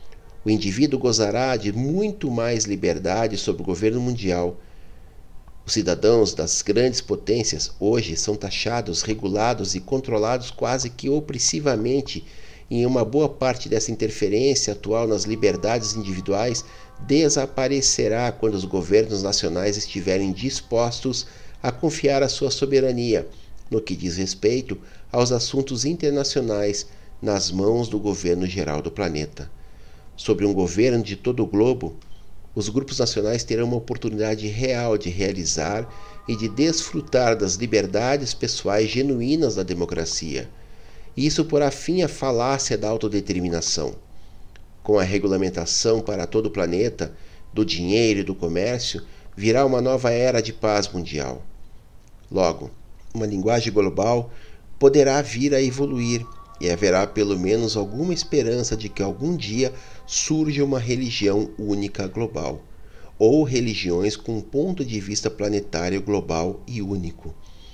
A: O indivíduo gozará de muito mais liberdade sob o governo mundial. Os cidadãos das grandes potências hoje são taxados, regulados e controlados quase que opressivamente, e uma boa parte dessa interferência atual nas liberdades individuais desaparecerá quando os governos nacionais estiverem dispostos a confiar a sua soberania, no que diz respeito aos assuntos internacionais, nas mãos do governo geral do planeta. Sobre um governo de todo o globo, os grupos nacionais terão uma oportunidade real de realizar e de desfrutar das liberdades pessoais genuínas da democracia. E isso porá fim à falácia da autodeterminação. Com a regulamentação para todo o planeta, do dinheiro e do comércio, virá uma nova era de paz mundial. Logo, uma linguagem global poderá vir a evoluir e haverá pelo menos alguma esperança de que algum dia surja uma religião única global, ou religiões com um ponto de vista planetário global e único.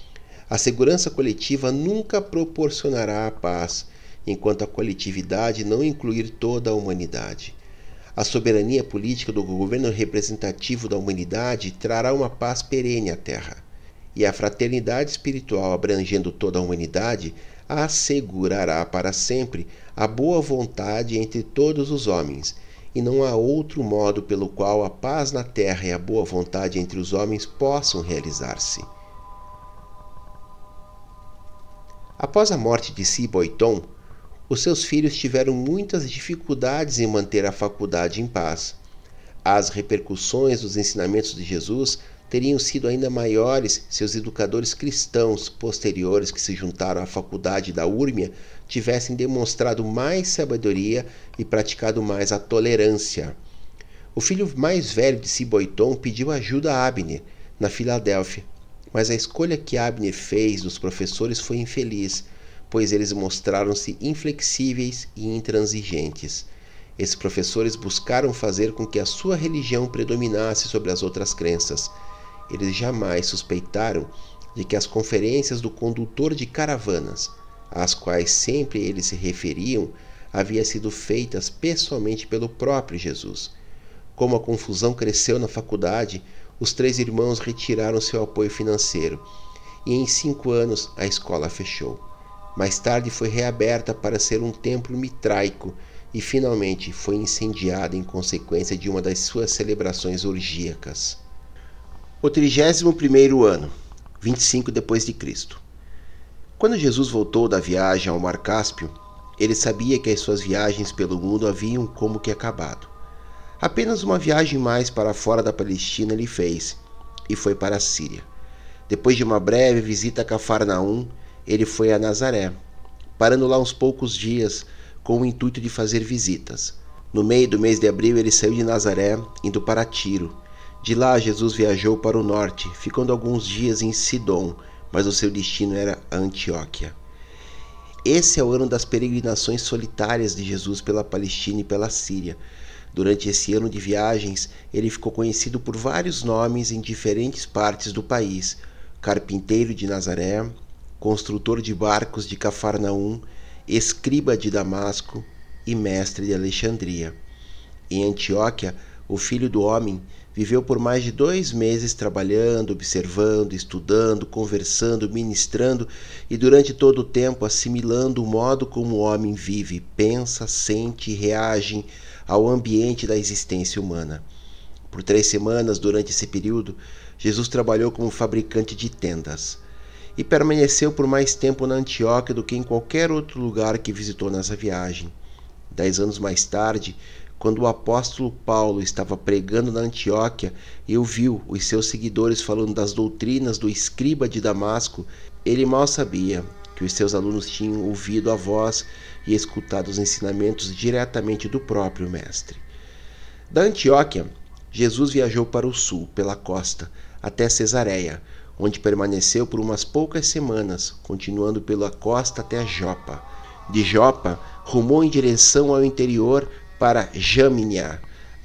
A: A segurança coletiva nunca proporcionará a paz, enquanto a coletividade não incluir toda a humanidade. A soberania política do governo representativo da humanidade trará uma paz perene à Terra, e a fraternidade espiritual abrangendo toda a humanidade assegurará para sempre a boa vontade entre todos os homens, e não há outro modo pelo qual a paz na terra e a boa vontade entre os homens possam realizar-se. Após a morte de Siboiton, os seus filhos tiveram muitas dificuldades em manter a faculdade em paz. As repercussões dos ensinamentos de Jesus teriam sido ainda maiores se os educadores cristãos posteriores que se juntaram à faculdade da Úrmia tivessem demonstrado mais sabedoria e praticado mais a tolerância. O filho mais velho de Siboiton pediu ajuda a Abner, na Filadélfia, mas a escolha que Abner fez dos professores foi infeliz, pois eles mostraram-se inflexíveis e intransigentes. Esses professores buscaram fazer com que a sua religião predominasse sobre as outras crenças. Eles jamais suspeitaram de que as conferências do condutor de caravanas, às quais sempre eles se referiam, haviam sido feitas pessoalmente pelo próprio Jesus. Como a confusão cresceu na faculdade, os três irmãos retiraram seu apoio financeiro, e em cinco anos a escola fechou. Mais tarde foi reaberta para ser um templo mitraico e finalmente foi incendiada em consequência de uma das suas celebrações orgíacas. O trigésimo primeiro ano, vinte e cinco depois de Cristo. Quando Jesus voltou da viagem ao Mar Cáspio, ele sabia que as suas viagens pelo mundo haviam como que acabado. Apenas uma viagem mais para fora da Palestina ele fez, e foi para a Síria. Depois de uma breve visita a Cafarnaum, ele foi a Nazaré, parando lá uns poucos dias com o intuito de fazer visitas. No meio do mês de abril ele saiu de Nazaré, indo para Tiro. De lá Jesus viajou para o norte, ficando alguns dias em Sidom, mas o seu destino era Antioquia. Esse é o ano das peregrinações solitárias de Jesus pela Palestina e pela Síria. Durante esse ano de viagens, ele ficou conhecido por vários nomes em diferentes partes do país: carpinteiro de Nazaré, construtor de barcos de Cafarnaum, escriba de Damasco e mestre de Alexandria. Em Antioquia, o Filho do Homem viveu por mais de dois meses trabalhando, observando, estudando, conversando, ministrando e durante todo o tempo assimilando o modo como o homem vive, pensa, sente e reage ao ambiente da existência humana. Por três semanas durante esse período, Jesus trabalhou como fabricante de tendas e permaneceu por mais tempo na Antioquia do que em qualquer outro lugar que visitou nessa viagem. Dez anos mais tarde, quando o apóstolo Paulo estava pregando na Antioquia e ouviu os seus seguidores falando das doutrinas do escriba de Damasco, ele mal sabia que os seus alunos tinham ouvido a voz e escutado os ensinamentos diretamente do próprio mestre. Da Antioquia, Jesus viajou para o sul, pela costa, até Cesareia, onde permaneceu por umas poucas semanas, continuando pela costa até Jopa. De Jopa, rumou em direção ao interior para Jaminiá,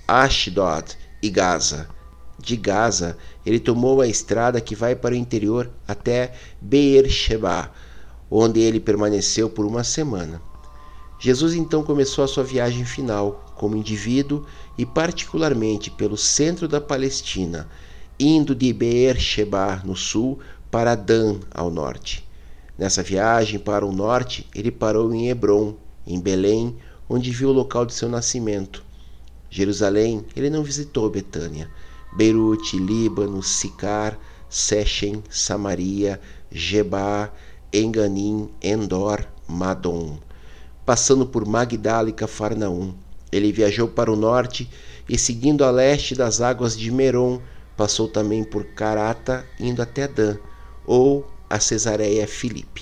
A: Ashdod e Gaza. De Gaza, ele tomou a estrada que vai para o interior até Beer-Sheba, onde ele permaneceu por uma semana. Jesus então começou a sua viagem final, como indivíduo e particularmente pelo centro da Palestina, indo de Beer-Sheba, no sul, para Dan, ao norte. Nessa viagem para o norte, ele parou em Hebrom, em Belém, onde viu o local de seu nascimento. Jerusalém, ele não visitou Betânia. Beirute, Líbano, Sicar, Sechem, Samaria, Gebá, Enganim, Endor, Madom. Passando por Magdala e Cafarnaum, ele viajou para o norte e, seguindo a leste das águas de Merom, passou também por Carata, indo até Dan, ou a Cesareia Filipe.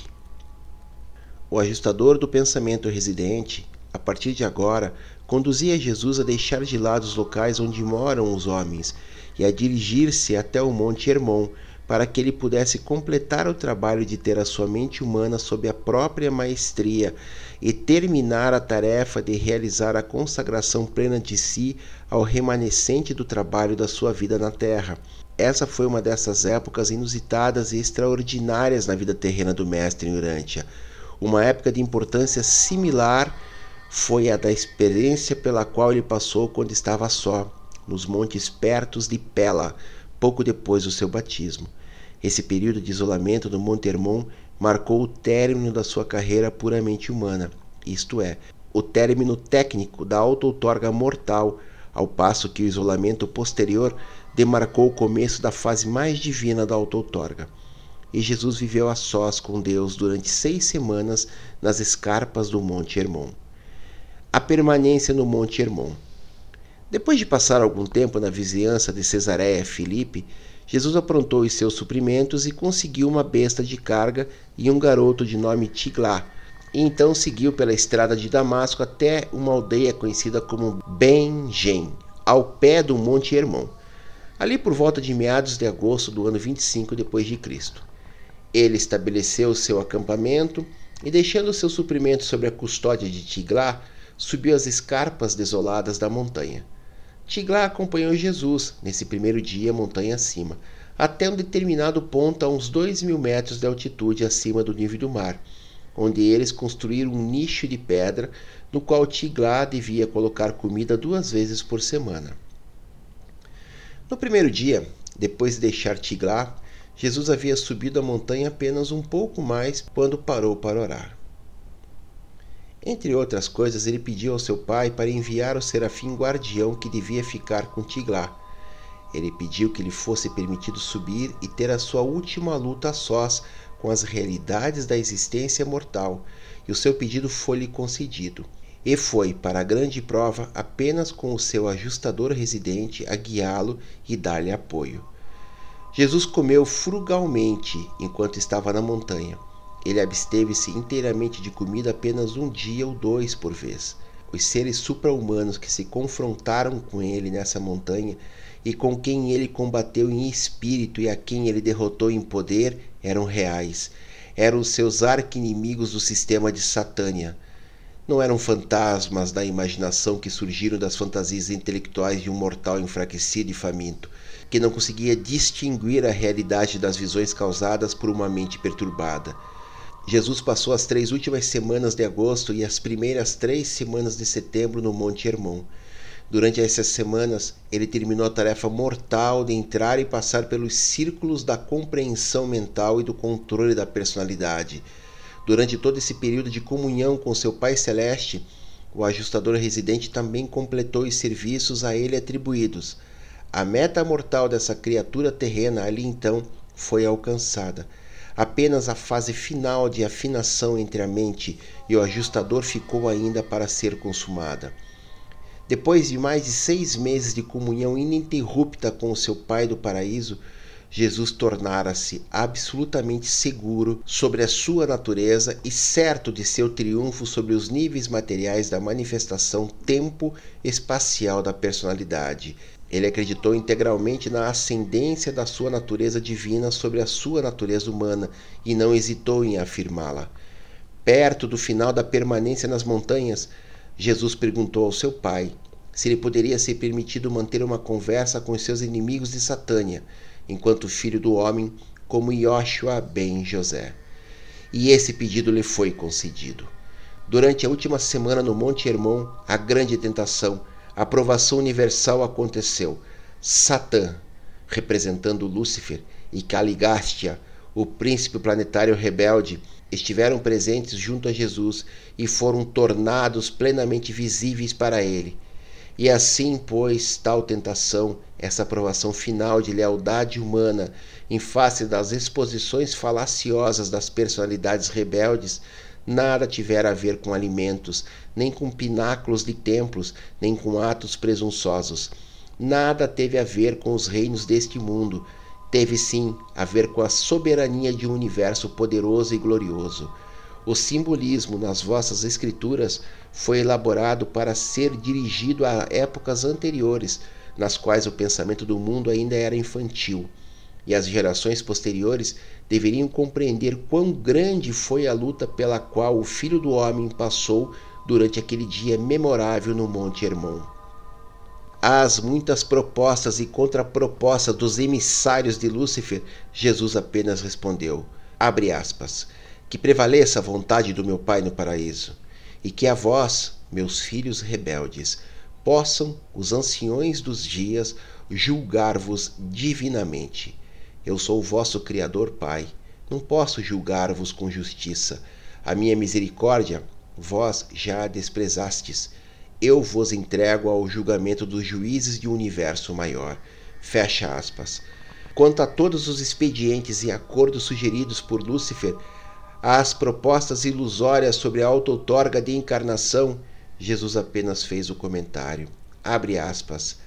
A: O ajustador do pensamento residente, a partir de agora, conduzia Jesus a deixar de lado os locais onde moram os homens e a dirigir-se até o Monte Hermon, para que ele pudesse completar o trabalho de ter a sua mente humana sob a própria maestria e terminar a tarefa de realizar a consagração plena de si ao remanescente do trabalho da sua vida na terra. Essa foi uma dessas épocas inusitadas e extraordinárias na vida terrena do mestre em Urântia. Uma época de importância similar foi a da experiência pela qual ele passou quando estava só, nos montes pertos de Pela, pouco depois do seu batismo. Esse período de isolamento no Monte Hermon marcou o término da sua carreira puramente humana, isto é, o término técnico da auto-outorga mortal, ao passo que o isolamento posterior demarcou o começo da fase mais divina da auto-outorga. E Jesus viveu a sós com Deus durante seis semanas nas escarpas do Monte Hermon. A permanência no Monte Hermon. Depois de passar algum tempo na vizinhança de Cesareia Filipe, Jesus aprontou os seus suprimentos e conseguiu uma besta de carga e um garoto de nome Tiglá, e então seguiu pela estrada de Damasco até uma aldeia conhecida como Ben-Gem, ao pé do Monte Hermon, ali por volta de meados de agosto do ano vinte e cinco depois de Cristo. Ele estabeleceu seu acampamento e, deixando seus suprimentos sob a custódia de Tiglá, subiu as escarpas desoladas da montanha. Tiglá acompanhou Jesus, nesse primeiro dia montanha acima, até um determinado ponto a uns dois mil metros de altitude acima do nível do mar, onde eles construíram um nicho de pedra no qual Tiglá devia colocar comida duas vezes por semana. No primeiro dia, depois de deixar Tiglá, Jesus havia subido a montanha apenas um pouco mais quando parou para orar. Entre outras coisas, ele pediu ao seu pai para enviar o serafim guardião que devia ficar com Tiglá. Ele pediu que lhe fosse permitido subir e ter a sua última luta a sós com as realidades da existência mortal, e o seu pedido foi-lhe concedido. E foi, para a grande prova, apenas com o seu ajustador residente a guiá-lo e dar-lhe apoio. Jesus comeu frugalmente enquanto estava na montanha. Ele absteve-se inteiramente de comida apenas um dia ou dois por vez. Os seres supra-humanos que se confrontaram com ele nessa montanha e com quem ele combateu em espírito e a quem ele derrotou em poder eram reais. Eram os seus arqui-inimigos do sistema de Satânia. Não eram fantasmas da imaginação que surgiram das fantasias intelectuais de um mortal enfraquecido e faminto, que não conseguia distinguir a realidade das visões causadas por uma mente perturbada. Jesus passou as três últimas semanas de agosto e as primeiras três semanas de setembro no Monte Hermon. Durante essas semanas, ele terminou a tarefa mortal de entrar e passar pelos círculos da compreensão mental e do controle da personalidade. Durante todo esse período de comunhão com seu Pai Celeste, o ajustador residente também completou os serviços a ele atribuídos. A meta mortal dessa criatura terrena ali então foi alcançada. Apenas a fase final de afinação entre a mente e o ajustador ficou ainda para ser consumada. Depois de mais de seis meses de comunhão ininterrupta com o seu Pai do Paraíso, Jesus tornara-se absolutamente seguro sobre a sua natureza e certo de seu triunfo sobre os níveis materiais da manifestação tempo-espacial da personalidade. Ele acreditou integralmente na ascendência da sua natureza divina sobre a sua natureza humana e não hesitou em afirmá-la. Perto do final da permanência nas montanhas, Jesus perguntou ao seu pai se lhe poderia ser permitido manter uma conversa com os seus inimigos de Satânia, enquanto filho do homem, como Yoshua ben José. E esse pedido lhe foi concedido. Durante a última semana no Monte Hermon, a grande tentação, a provação universal aconteceu. Satã, representando Lúcifer, e Caligástia, o príncipe planetário rebelde, estiveram presentes junto a Jesus e foram tornados plenamente visíveis para ele. E assim, pois, tal tentação, essa provação final de lealdade humana em face das exposições falaciosas das personalidades rebeldes, nada tivera a ver com alimentos, nem com pináculos de templos, nem com atos presunçosos. Nada teve a ver com os reinos deste mundo. Teve sim a ver com a soberania de um universo poderoso e glorioso. O simbolismo nas vossas escrituras foi elaborado para ser dirigido a épocas anteriores, nas quais o pensamento do mundo ainda era infantil, e as gerações posteriores deveriam compreender quão grande foi a luta pela qual o Filho do Homem passou durante aquele dia memorável no Monte Hermon. Às muitas propostas e contrapropostas dos emissários de Lúcifer, Jesus apenas respondeu, abre aspas, que prevaleça a vontade do meu Pai no paraíso, e que a vós, meus filhos rebeldes, possam os anciões dos dias julgar-vos divinamente. Eu sou o vosso Criador, Pai, não posso julgar-vos com justiça. A minha misericórdia vós já a desprezastes. Eu vos entrego ao julgamento dos juízes de um universo maior. Fecha aspas. Quanto a todos os expedientes e acordos sugeridos por Lúcifer, às propostas ilusórias sobre a auto-outorga de encarnação, Jesus apenas fez o comentário, abre aspas,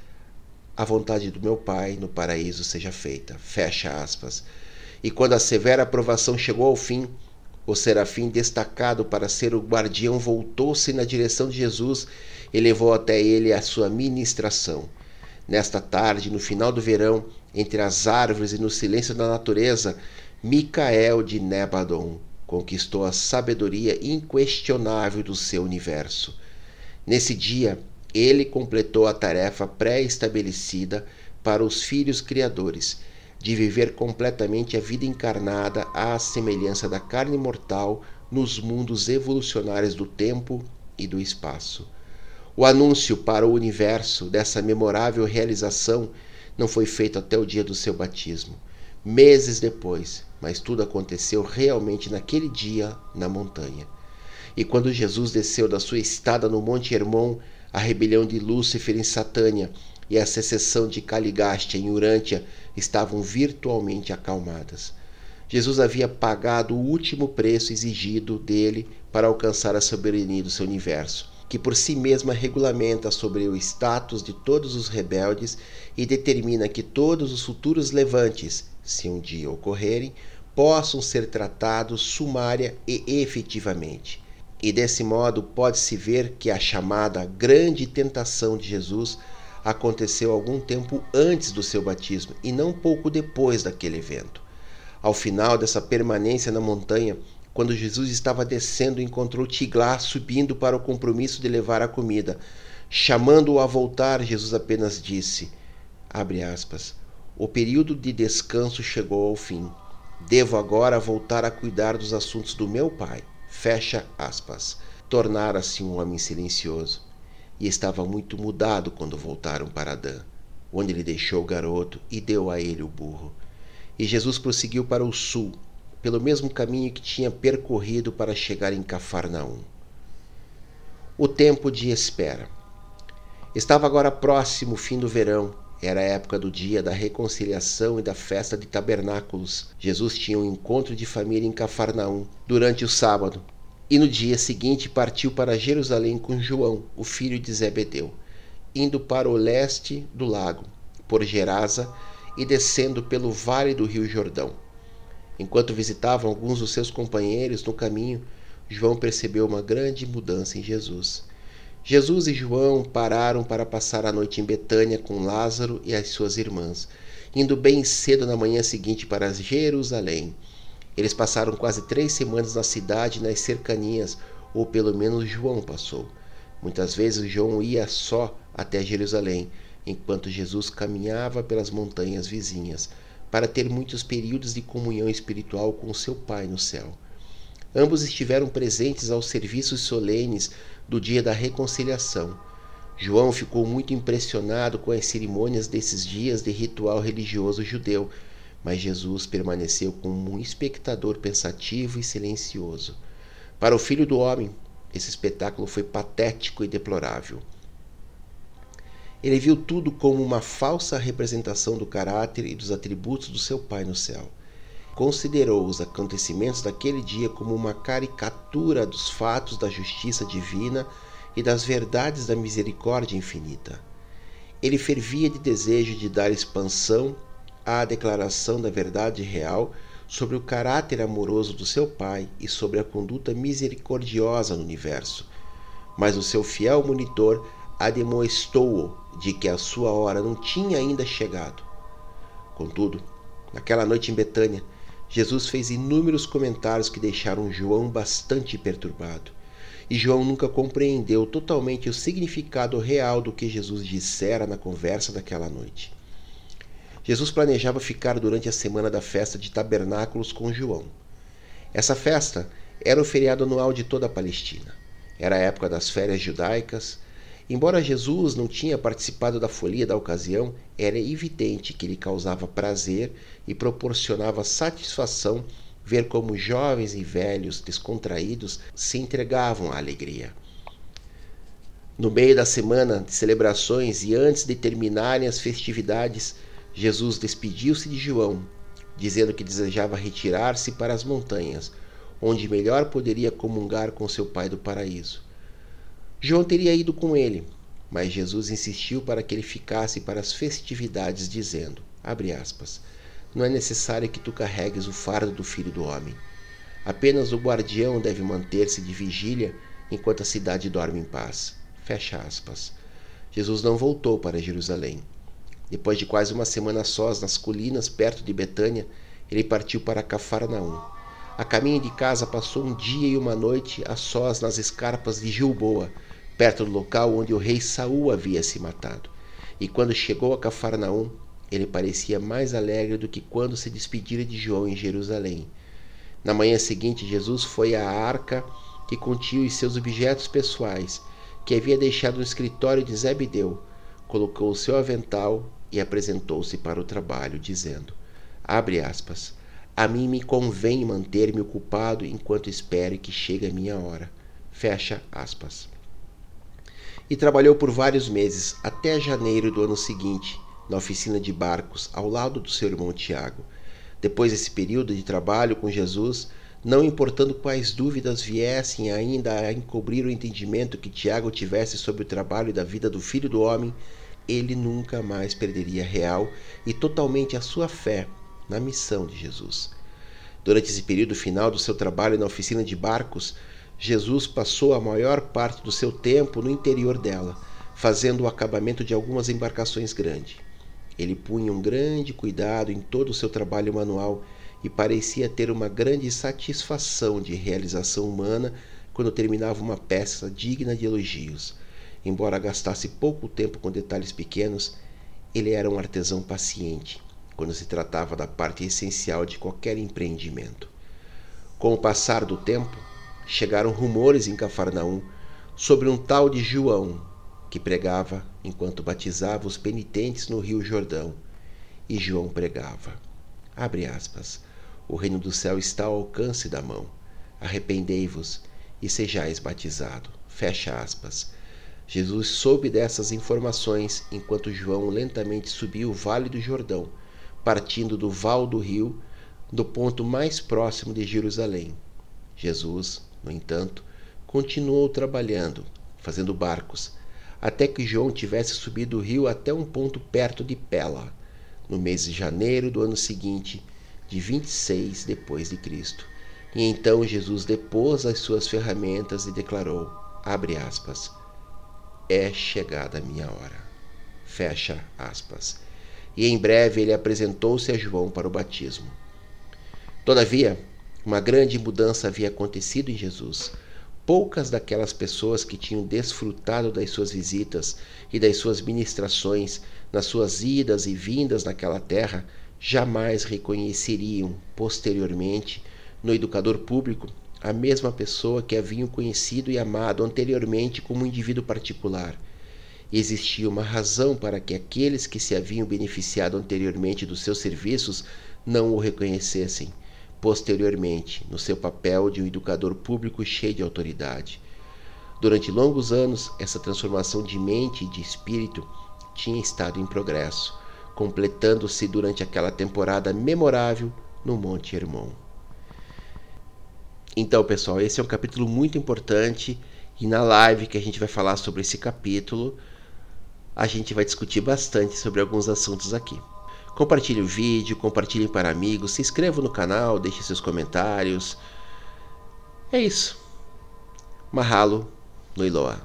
A: a vontade do meu Pai no paraíso seja feita, fecha aspas. E quando a severa provação chegou ao fim, o serafim destacado para ser o guardião voltou-se na direção de Jesus e levou até ele a sua ministração. Nesta tarde, no final do verão, entre as árvores e no silêncio da natureza, Micael de Nebadon conquistou a sabedoria inquestionável do seu universo. Nesse dia, ele completou a tarefa pré-estabelecida para os filhos criadores, de viver completamente a vida encarnada à semelhança da carne mortal nos mundos evolucionários do tempo e do espaço. O anúncio para o universo dessa memorável realização não foi feito até o dia do seu batismo, meses depois, mas tudo aconteceu realmente naquele dia na montanha. E quando Jesus desceu da sua estada no Monte Hermon, a rebelião de Lúcifer em Satânia e a secessão de Caligástia em Urântia estavam virtualmente acalmadas. Jesus havia pagado o último preço exigido dele para alcançar a soberania do seu universo, que por si mesma regulamenta sobre o status de todos os rebeldes e determina que todos os futuros levantes, se um dia ocorrerem, possam ser tratados sumária e efetivamente. E desse modo pode-se ver que a chamada grande tentação de Jesus aconteceu algum tempo antes do seu batismo e não pouco depois daquele evento. Ao final dessa permanência na montanha, quando Jesus estava descendo, encontrou Tiglá subindo para o compromisso de levar a comida. Chamando-o a voltar, Jesus apenas disse, abre aspas, o período de descanso chegou ao fim. Devo agora voltar a cuidar dos assuntos do meu Pai. Fecha aspas. Tornara-se um homem silencioso e estava muito mudado quando voltaram para Adã, onde ele deixou o garoto e deu a ele o burro. E Jesus prosseguiu para o sul, pelo mesmo caminho que tinha percorrido para chegar em Cafarnaum. O tempo de espera. Estava agora próximo o fim do verão. Era a época do dia da reconciliação e da festa de tabernáculos. Jesus tinha um encontro de família em Cafarnaum durante o sábado, e no dia seguinte partiu para Jerusalém com João, o filho de Zebedeu, indo para o leste do lago, por Gerasa, e descendo pelo vale do rio Jordão. Enquanto visitavam alguns dos seus companheiros no caminho, João percebeu uma grande mudança em Jesus. Jesus e João pararam para passar a noite em Betânia com Lázaro e as suas irmãs, indo bem cedo na manhã seguinte para Jerusalém. Eles passaram quase três semanas na cidade e nas cercanias, ou pelo menos João passou. Muitas vezes João ia só até Jerusalém, enquanto Jesus caminhava pelas montanhas vizinhas, para ter muitos períodos de comunhão espiritual com seu Pai no céu. Ambos estiveram presentes aos serviços solenes do dia da reconciliação. João ficou muito impressionado com as cerimônias desses dias de ritual religioso judeu, mas Jesus permaneceu como um espectador pensativo e silencioso. Para o Filho do Homem, esse espetáculo foi patético e deplorável. Ele viu tudo como uma falsa representação do caráter e dos atributos do seu Pai no céu. Considerou os acontecimentos daquele dia como uma caricatura dos fatos da justiça divina e das verdades da misericórdia infinita. Ele fervia de desejo de dar expansão à declaração da verdade real sobre o caráter amoroso do seu Pai e sobre a conduta misericordiosa no universo. Mas o seu fiel monitor admoestou-o de que a sua hora não tinha ainda chegado. Contudo, naquela noite em Betânia, Jesus fez inúmeros comentários que deixaram João bastante perturbado. E João nunca compreendeu totalmente o significado real do que Jesus dissera na conversa daquela noite. Jesus planejava ficar durante a semana da festa de tabernáculos com João. Essa festa era o feriado anual de toda a Palestina. Era a época das férias judaicas. Embora Jesus não tinha participado da folia da ocasião, era evidente que lhe causava prazer e proporcionava satisfação ver como jovens e velhos descontraídos se entregavam à alegria. No meio da semana de celebrações e antes de terminarem as festividades, Jesus despediu-se de João, dizendo que desejava retirar-se para as montanhas, onde melhor poderia comungar com seu Pai do paraíso. João teria ido com ele, mas Jesus insistiu para que ele ficasse para as festividades, dizendo, abre aspas, não é necessário que tu carregues o fardo do Filho do Homem. Apenas o guardião deve manter-se de vigília enquanto a cidade dorme em paz. Fecha aspas. Jesus não voltou para Jerusalém. Depois de quase uma semana sós nas colinas perto de Betânia, ele partiu para Cafarnaum. A caminho de casa passou um dia e uma noite a sós nas escarpas de Gilboa, perto do local onde o rei Saul havia se matado. E quando chegou a Cafarnaum, ele parecia mais alegre do que quando se despedira de João em Jerusalém. Na manhã seguinte, Jesus foi à arca que continha os seus objetos pessoais, que havia deixado no escritório de Zebedeu, colocou o seu avental e apresentou-se para o trabalho, dizendo, abre aspas, a mim me convém manter-me ocupado enquanto espero que chegue a minha hora. Fecha aspas. E trabalhou por vários meses, até janeiro do ano seguinte, na oficina de barcos, ao lado do seu irmão Tiago. Depois desse período de trabalho com Jesus, não importando quais dúvidas viessem ainda a encobrir o entendimento que Tiago tivesse sobre o trabalho da vida do Filho do Homem, ele nunca mais perderia real e totalmente a sua fé na missão de Jesus. Durante esse período final do seu trabalho na oficina de barcos, Jesus passou a maior parte do seu tempo no interior dela, fazendo o acabamento de algumas embarcações grandes. Ele punha um grande cuidado em todo o seu trabalho manual e parecia ter uma grande satisfação de realização humana quando terminava uma peça digna de elogios. Embora gastasse pouco tempo com detalhes pequenos, ele era um artesão paciente quando se tratava da parte essencial de qualquer empreendimento. Com o passar do tempo, chegaram rumores em Cafarnaum sobre um tal de João, que pregava enquanto batizava os penitentes no rio Jordão. E João pregava, abre aspas, o reino do céu está ao alcance da mão. Arrependei-vos e sejais batizados. Fecha aspas. Jesus soube dessas informações enquanto João lentamente subia o vale do Jordão, partindo do val do rio, do ponto mais próximo de Jerusalém. Jesus, no entanto, continuou trabalhando, fazendo barcos, até que João tivesse subido o rio até um ponto perto de Pela, no mês de janeiro do ano seguinte, de vinte e seis depois de Cristo. E então Jesus depôs as suas ferramentas e declarou, abre aspas, é chegada a minha hora. Fecha aspas. E em breve ele apresentou-se a João para o batismo. Todavia, uma grande mudança havia acontecido em Jesus. Poucas daquelas pessoas que tinham desfrutado das suas visitas e das suas ministrações nas suas idas e vindas naquela terra jamais reconheceriam posteriormente no educador público a mesma pessoa que haviam conhecido e amado anteriormente como um indivíduo particular. Existia uma razão para que aqueles que se haviam beneficiado anteriormente dos seus serviços não o reconhecessem posteriormente no seu papel de um educador público cheio de autoridade. Durante longos anos, essa transformação de mente e de espírito tinha estado em progresso, completando-se durante aquela temporada memorável no Monte Hermon. Então, pessoal, esse é um capítulo muito importante e na live que a gente vai falar sobre esse capítulo, a gente vai discutir bastante sobre alguns assuntos aqui. Compartilhe o vídeo, compartilhem para amigos, se inscrevam no canal, deixem seus comentários. É isso. Mahalo no Iloa.